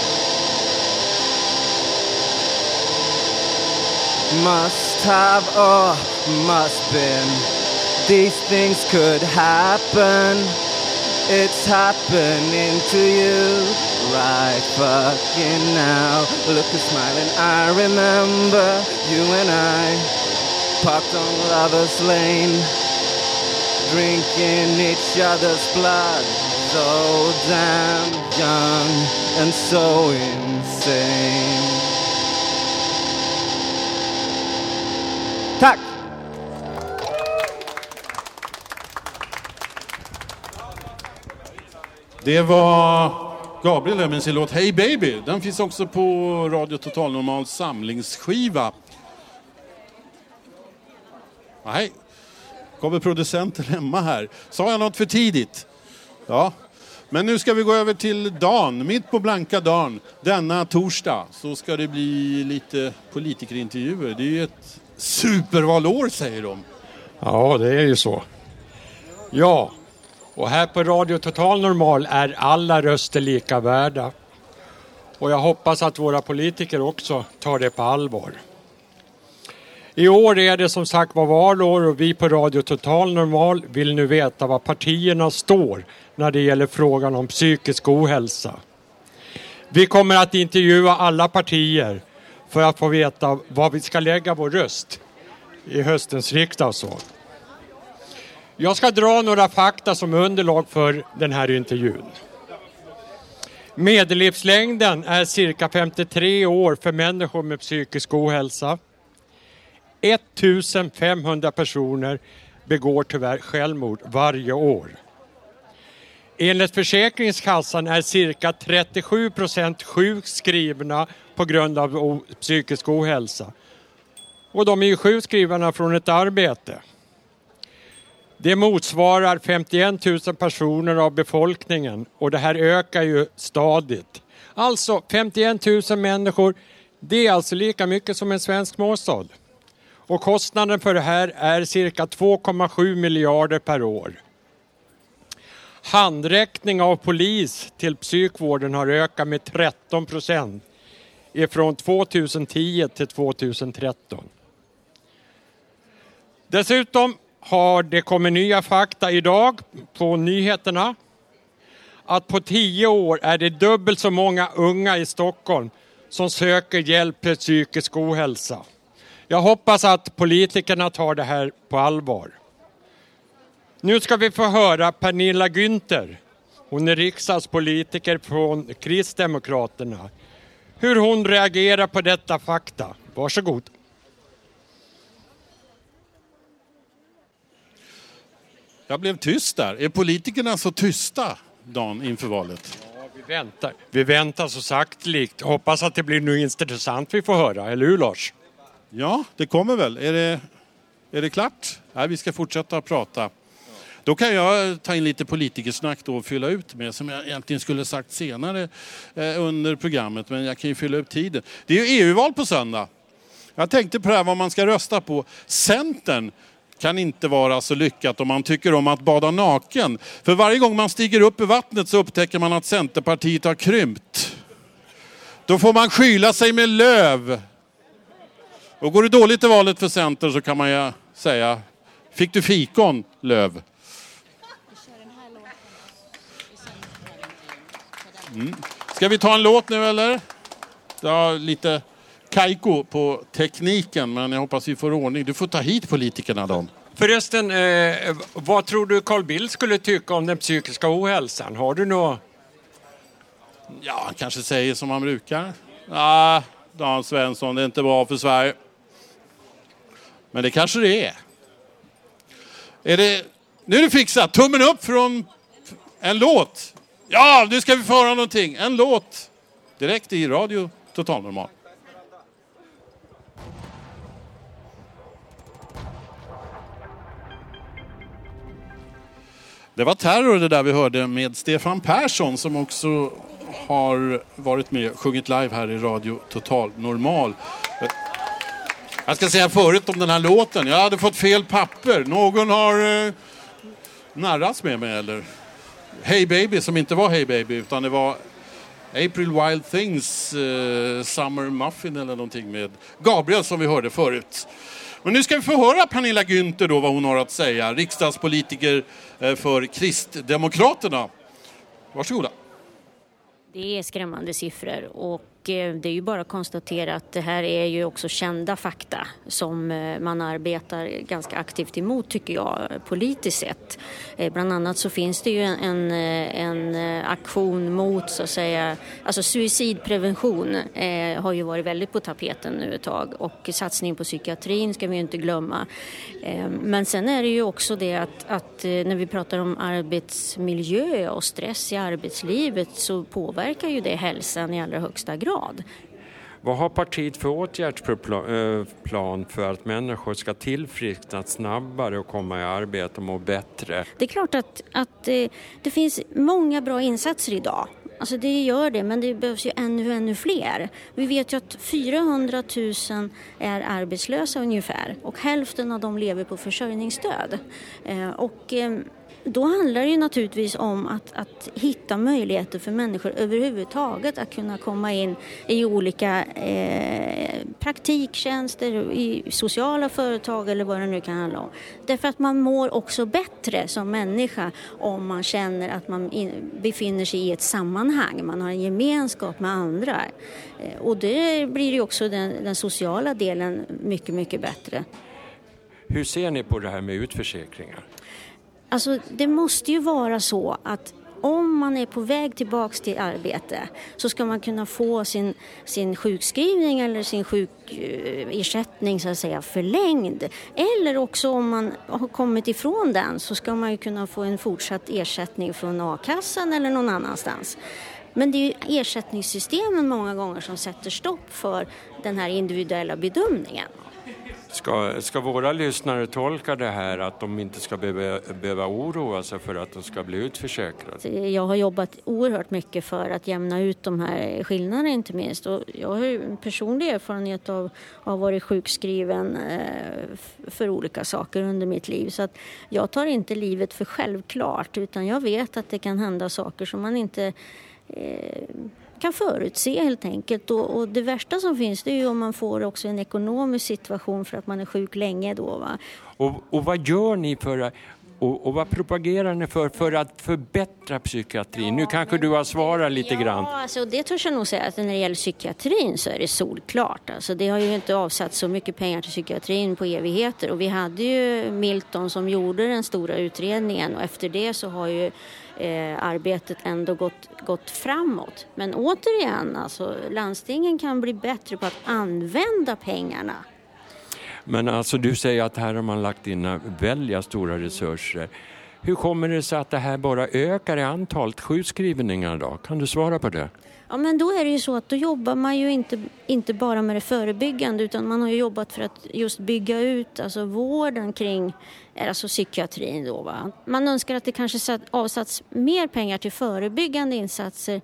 Must have or must been, these things could happen. It's happening to you right fucking now. Look who's smiling. I remember you and I parked on Lover's Lane, drinking each other's blood. So damn young and so insane. Tack! Det var Gabriel med sin låt Hey Baby. Den finns också på Radio Total Normal samlingsskiva. Nej, kommer producenten hemma här. Sa jag något för tidigt? Ja, men nu ska vi gå över till dagen. Mitt på blanka dagen, denna torsdag, så ska det bli lite politikerintervjuer. Det är ju ett supervalår, säger de. Ja, det är ju så. Ja, och här på Radio Total Normal är alla röster lika värda. Och jag hoppas att våra politiker också tar det på allvar. I år är det som sagt var valår, och vi på Radio Total Normal vill nu veta vad partierna står när det gäller frågan om psykisk ohälsa. Vi kommer att intervjua alla partier för att få veta vad vi ska lägga vår röst i höstens riksdag och så. Jag ska dra några fakta som underlag för den här intervjun. Medellivslängden är cirka 53 år för människor med psykisk ohälsa. 1500 personer begår tyvärr självmord varje år. Enligt Försäkringskassan är cirka 37% sjukskrivna på grund av psykisk ohälsa. Och de är ju sjukskrivna från ett arbete. Det motsvarar 51 000 personer av befolkningen, och det här ökar ju stadigt. Alltså 51 000 människor, det är alltså lika mycket som en svensk småstad. Och kostnaden för det här är cirka 2,7 miljarder per år. Handräckning av polis till psykvården har ökat med 13% ifrån 2010 till 2013. Dessutom har det kommit nya fakta idag på nyheterna att på 10 år är det dubbelt så många unga i Stockholm som söker hjälp för psykisk ohälsa. Jag hoppas att politikerna tar det här på allvar. Nu ska vi få höra Pernilla Günther. Hon är riksdagspolitiker från Kristdemokraterna. Hur hon reagerar på detta fakta. Varsågod. Jag blev tyst där. Är politikerna så tysta dagen inför valet? Ja, vi väntar så saktelikt. Hoppas att det blir nu intressant vi får höra. Eller hur, Lars? Ja, det kommer väl. Är det klart? Nej, vi ska fortsätta prata. Då kan jag ta in lite politikersnack då och fylla ut med, som jag egentligen skulle sagt senare under programmet, men jag kan ju fylla upp tiden. Det är ju EU-val på söndag. Jag tänkte på det här vad man ska rösta på. Centern kan inte vara så lyckat om man tycker om att bada naken. För varje gång man stiger upp i vattnet så upptäcker man att Centerpartiet har krympt. Då får man skyla sig med löv. Och går det dåligt i valet för Centern så kan man ju säga: fick du fikon, löv? Ska vi ta en låt nu eller? Jag har lite kajko på tekniken, men jag hoppas vi får ordning. Du får ta hit politikerna då. Förresten, vad tror du Carl Bildt skulle tycka om den psykiska ohälsan? Har du något? Ja, han kanske säger som han brukar. Ja, Dan Svensson, det är inte bra för Sverige. Men det kanske det är. Nu är det fixat. Tummen upp från en låt. Ja, nu ska vi få höra någonting. En låt. Direkt i Radio Total Normal. Det var Terror det där vi hörde med Stefan Persson som också har varit med och sjungit live här i Radio Total Normal. Jag ska säga förut om den här låten. Jag hade fått fel papper. Någon har narrats med mig eller? Hey Baby som inte var Hey Baby utan det var April Wild Things Summer Muffin eller någonting med Gabriel som vi hörde förut. Men nu ska vi få höra Pernilla Günther då vad hon har att säga. Riksdagspolitiker för Kristdemokraterna. Varsågoda. Det är skrämmande siffror och det är ju bara att konstatera att det här är ju också kända fakta som man arbetar ganska aktivt emot tycker jag politiskt sett. Bland annat så finns det ju en aktion mot så att säga, alltså suicidprevention har ju varit väldigt på tapeten nu ett tag och satsning på psykiatrin ska vi ju inte glömma. Men sen är det ju också det att när vi pratar om arbetsmiljö och stress i arbetslivet så påverkar ju det hälsan i allra högsta grad. Vad har partiet för åtgärdsplan för att människor ska tillfriskna snabbare och komma i arbete och må bättre? Det är klart att det finns många bra insatser idag. Alltså det gör det, men det behövs ju ännu fler. Vi vet ju att 400 000 är arbetslösa ungefär och hälften av dem lever på försörjningsstöd. Då handlar det ju naturligtvis om att hitta möjligheter för människor överhuvudtaget att kunna komma in i olika praktiktjänster, i sociala företag eller vad det nu kan handla om. Därför att man mår också bättre som människa om man känner att man befinner sig i ett sammanhang. Man har en gemenskap med andra. Och det blir ju också den sociala delen mycket bättre. Hur ser ni på det här med utförsäkringar? Alltså det måste ju vara så att om man är på väg tillbaks till arbete så ska man kunna få sin sjukskrivning eller sin sjukersättning så att säga förlängd. Eller också om man har kommit ifrån den så ska man ju kunna få en fortsatt ersättning från a-kassan eller någon annanstans. Men det är ju ersättningssystemen många gånger som sätter stopp för den här individuella bedömningen. Ska våra lyssnare tolka det här att de inte ska behöva oroa sig för att de ska bli utförsäkrade? Jag har jobbat oerhört mycket för att jämna ut de här skillnaderna inte minst. Och jag har ju personlig erfarenhet av att ha varit sjukskriven för olika saker under mitt liv. Så att jag tar inte livet för självklart, utan jag vet att det kan hända saker som man inte kan förutse helt enkelt. Och det värsta som finns, det är ju om man får också en ekonomisk situation för att man är sjuk länge då, va? Och vad gör ni och vad propagerar ni för att förbättra psykiatrin? Nu kanske du har svarat lite grann. Ja, alltså det törs jag nog säga att när det gäller psykiatrin så är det solklart. Alltså det har ju inte avsatt så mycket pengar till psykiatrin på evigheter. Och vi hade ju Milton som gjorde den stora utredningen, och efter det så har ju arbetet ändå gått framåt. Men återigen, alltså, landstingen kan bli bättre på att använda pengarna. Men alltså du säger att här har man lagt in väldigt stora resurser. Hur kommer det sig att det här bara ökar i antalet sjukskrivningar då? Kan du svara på det? Ja, men då är det ju så att då jobbar man ju inte bara med det förebyggande, utan man har ju jobbat för att just bygga ut alltså vården kring alltså psykiatrin då, va? Man önskar att det kanske avsatts mer pengar till förebyggande insatser,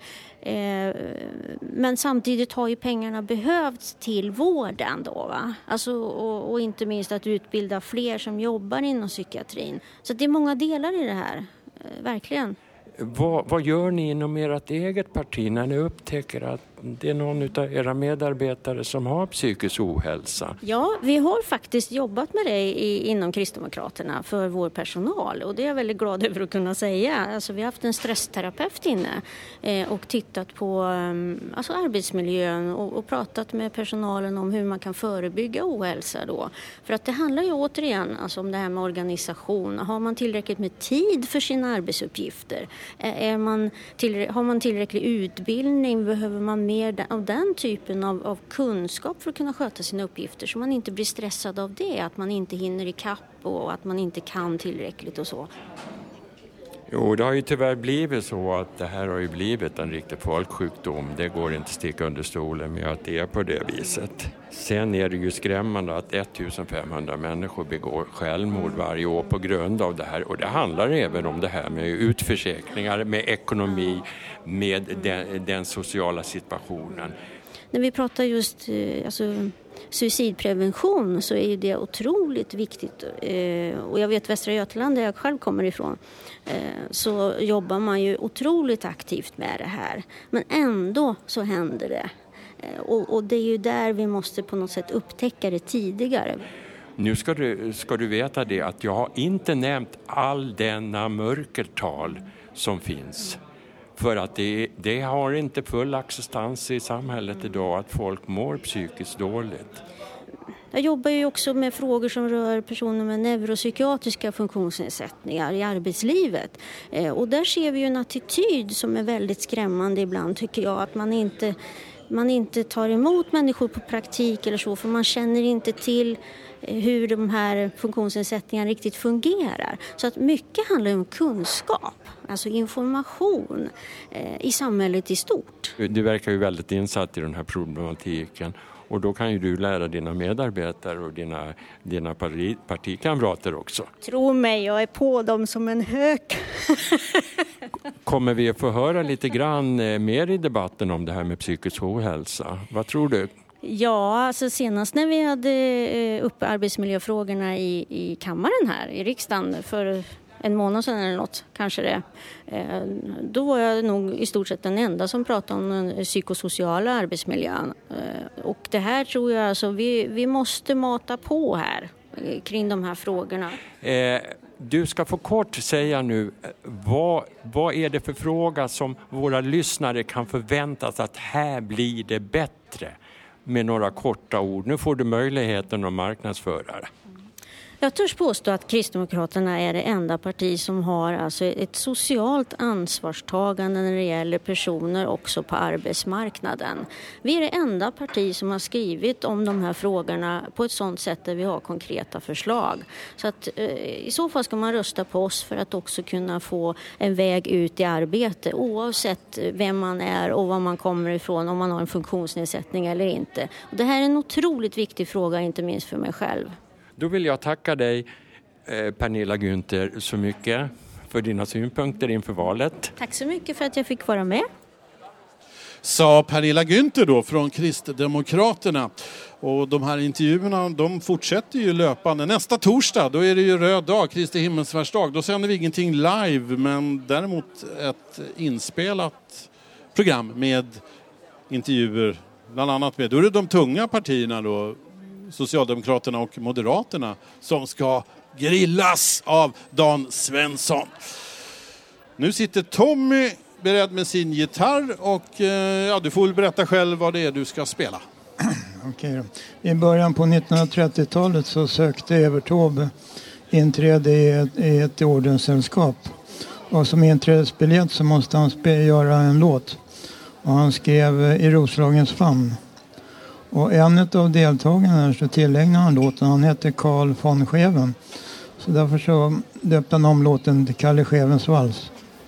men samtidigt har ju pengarna behövts till vården då, va? Alltså, och inte minst att utbilda fler som jobbar inom psykiatrin. Så det är många delar i det här, verkligen. Vad gör ni inom ert eget parti när ni upptäcker att det är någon av era medarbetare som har psykisk ohälsa? Ja, vi har faktiskt jobbat med det inom Kristdemokraterna för vår personal, och det är jag väldigt glad över att kunna säga. Alltså, vi har haft en stressterapeut inne och tittat på alltså arbetsmiljön och pratat med personalen om hur man kan förebygga ohälsa då. För att det handlar ju återigen alltså om det här med organisation. Har man tillräckligt med tid för sina arbetsuppgifter? Har man tillräcklig utbildning? Behöver man mer av den typen av kunskap för att kunna sköta sina uppgifter, så man inte blir stressad av det, att man inte hinner i kapp och att man inte kan tillräckligt och så. Jo, det har ju tyvärr blivit så att det här har ju blivit en riktig folksjukdom. Det går inte att sticka under stolen med att det är på det viset. Sen är det ju skrämmande att 1500 människor begår självmord varje år på grund av det här. Och det handlar även om det här med utförsäkringar, med ekonomi, med den sociala situationen. När vi pratar just alltså, suicidprevention, så är det otroligt viktigt. Och jag vet Västra Götaland, där jag själv kommer ifrån, så jobbar man ju otroligt aktivt med det här. Men ändå så händer det. Och det är ju där vi måste på något sätt upptäcka det tidigare. Nu ska du veta det att jag har inte nämnt all denna mörkertal som finns. För att det har inte full acceptans i samhället idag att folk mår psykiskt dåligt. Jag jobbar ju också med frågor som rör personer med neuropsykiatriska funktionsnedsättningar i arbetslivet. Och där ser vi ju en attityd som är väldigt skrämmande ibland, tycker jag. Att man inte tar emot människor på praktik eller så, för man känner inte till hur de här funktionsnedsättningarna riktigt fungerar. Så att mycket handlar om kunskap, alltså information i samhället i stort. Du verkar ju väldigt insatt i den här problematiken, och då kan ju du lära dina medarbetare och dina partikamrater också. Tro mig, jag är på dem som en hök. Kommer vi att få höra lite grann mer i debatten om det här med psykisk ohälsa? Vad tror du? Ja, alltså senast när vi hade uppe arbetsmiljöfrågorna i kammaren här i riksdagen för en månad sedan eller något, kanske det. Då var jag nog i stort sett den enda som pratade om den psykosociala arbetsmiljön. Och det här tror jag, alltså, vi måste mata på här kring de här frågorna. Du ska få kort säga nu, vad är det för fråga som våra lyssnare kan förvänta sig att här blir det bättre? Med några korta ord. Nu får du möjligheten att marknadsföra det. Jag törs påstå att Kristdemokraterna är det enda parti som har alltså ett socialt ansvarstagande när det gäller personer också på arbetsmarknaden. Vi är det enda parti som har skrivit om de här frågorna på ett sådant sätt där vi har konkreta förslag. Så att i så fall ska man rösta på oss för att också kunna få en väg ut i arbete oavsett vem man är och var man kommer ifrån, om man har en funktionsnedsättning eller inte. Och det här är en otroligt viktig fråga, inte minst för mig själv. Då vill jag tacka dig Pernilla Günther så mycket för dina synpunkter inför valet. Tack så mycket för att jag fick vara med. Sa Pernilla Günther då från Kristdemokraterna. Och de här intervjuerna, de fortsätter ju löpande. Nästa torsdag, då är det ju röd dag, Kristi himmelsfärdsdag. Då sänder vi ingenting live, men däremot ett inspelat program med intervjuer. Bland annat med, då är det de tunga partierna då, Socialdemokraterna och Moderaterna, som ska grillas av Dan Svensson. Nu sitter Tommy beredd med sin gitarr och du får väl berätta själv vad det är du ska spela. Okej då. I början på 1930-talet så sökte Evert Taube inträde i ett ordenssällskap. Och som inträdesbiljett så måste han göra en låt. Och han skrev I Roslagens famn. Och en av deltagarna så tillägnade han låten. Han hette Carl von Scheven. Så därför så döpte han om låten till Kalle Schewens vals.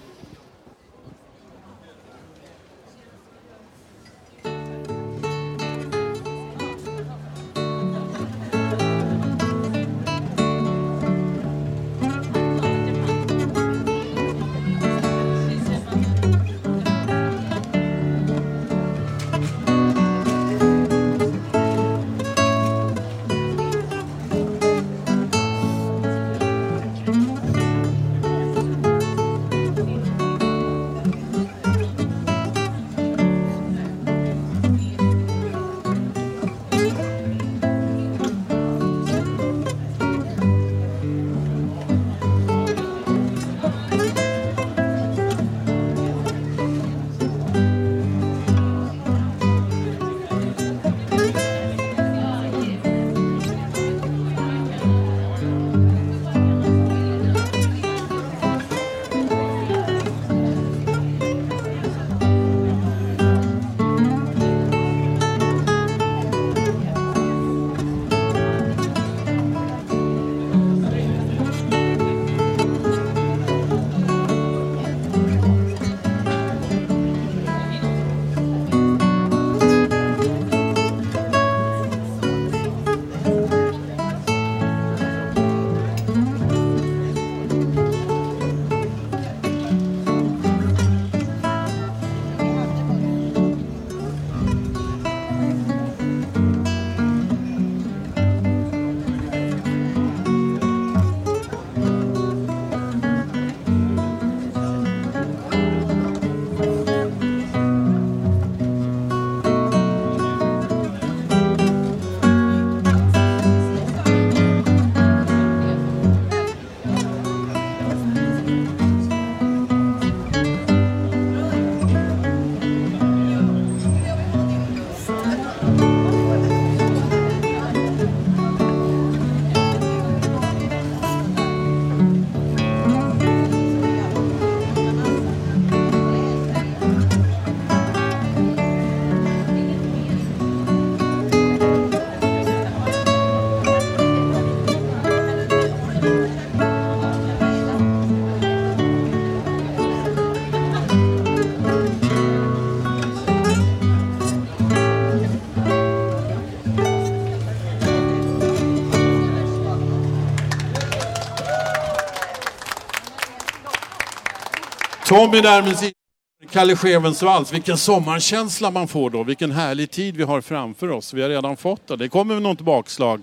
Tommy där med sin Kalle Schewens vals. Vilken sommarkänsla man får då. Vilken härlig tid vi har framför oss. Vi har redan fått det. Det kommer något bakslag.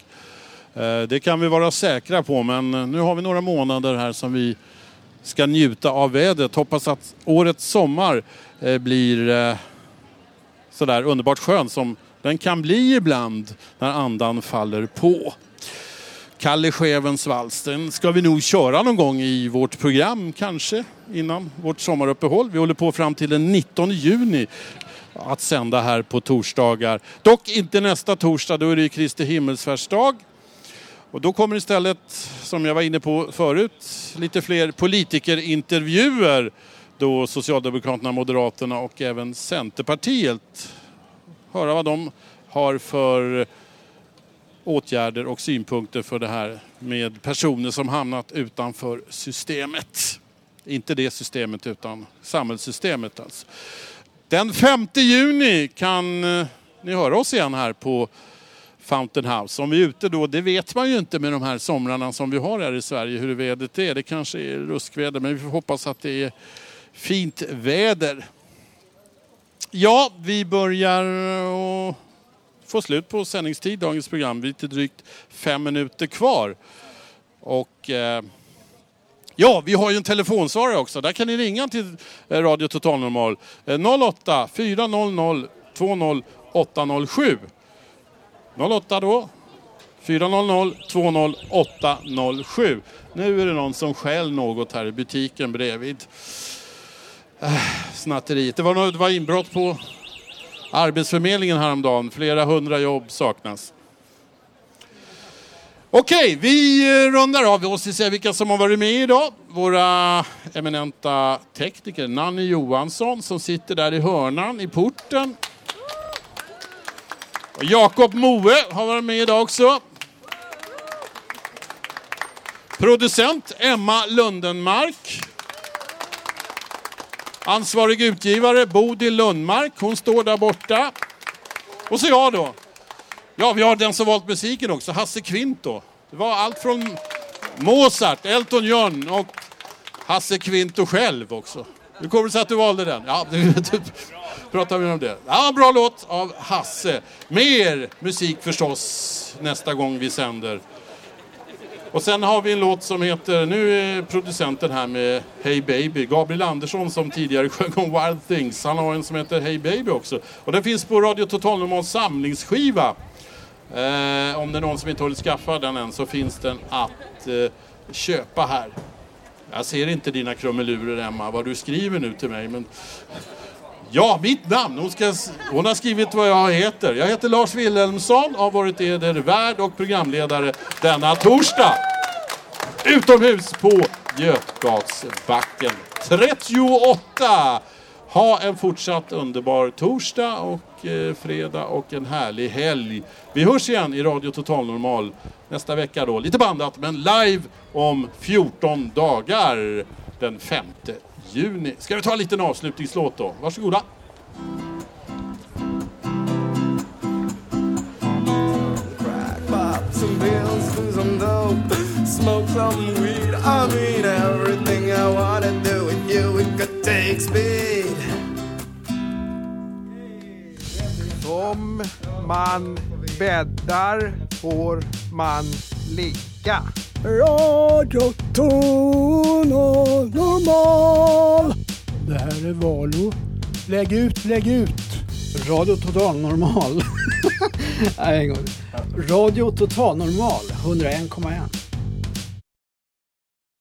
Det kan vi vara säkra på. Men nu har vi några månader här som vi ska njuta av vädret. Hoppas att årets sommar blir sådär underbart skön som den kan bli ibland när andan faller på. Kalle Schewens vals, den ska vi nog köra någon gång i vårt program kanske innan vårt sommaruppehåll. Vi håller på fram till den 19 juni att sända här på torsdagar. Dock inte nästa torsdag, då är det Kristi himmelsfärdsdag. Och då kommer istället, som jag var inne på förut, lite fler politikerintervjuer då Socialdemokraterna, Moderaterna och även Centerpartiet. Höra vad de har för åtgärder och synpunkter för det här med personer som hamnat utanför systemet. Inte det systemet utan samhällssystemet alltså. Den 5 juni kan ni höra oss igen här på Fountain House. Om vi är ute då, det vet man ju inte med de här somrarna som vi har här i Sverige hur vädret är. Det kanske är ruskväder, men vi får hoppas att det är fint väder. Ja, vi börjar att få slut på sändningstid, dagens program. Vi är lite drygt 5 minuter kvar. Och ja, vi har ju en telefonsvarare också. Där kan ni ringa till Radio Total Normal. 08 400 20807. 08 då. 400 20807. Nu är det någon som skäl något här i butiken bredvid. Snatteriet. Det var inbrott på Arbetsförmedlingen häromdagen. Flera 100 jobb saknas. Okej, vi rundar av. Vi måste se vilka som har varit med idag. Våra eminenta tekniker. Nanny Johansson som sitter där i hörnan i porten. Och Jakob Moe har varit med idag också. Producent Emma Lundenmark. Ansvarig utgivare Bodil Lundmark. Hon står där borta. Och så jag då. Ja, vi har den som valt musiken också. Hasse Kvinto. Det var allt från Mozart, Elton John och Hasse Kvinto själv också. Hur kommer det sig att du valde den? Ja, pratar vi om det. Ja, bra låt av Hasse. Mer musik förstås nästa gång vi sänder. Och sen har vi en låt som heter, nu är producenten här med Hey Baby, Gabriel Andersson som tidigare sjöng om Wild Things. Han har en som heter Hey Baby också. Och den finns på Radio Total Normal samlingsskiva. Om det är någon som inte håller skaffa den än så finns den att köpa här. Jag ser inte dina krumelurer, Emma, vad du skriver nu till mig. Men ja, mitt namn. Hon har skrivit vad jag heter. Jag heter Lars Wilhelmsson, har varit eder värd och programledare denna torsdag. Utomhus på Götgatsbacken 38. Ha en fortsatt underbar torsdag och fredag och en härlig helg. Vi hörs igen i Radio Total Normal nästa vecka då. Lite bandat men live om 14 dagar den 5 juni. Ska vi ta en liten avslutningslåt då? Varsågoda. Some pills, do some dope, smoke some weed. I mean everything I wanna do with you, it could take speed. Som man bäddar får man ligga. Radio Total Normal. Det här är Valo. Lägg ut, lägg ut. Radio Total Normal. Nej, en gång. Radio Total Normal 101,1.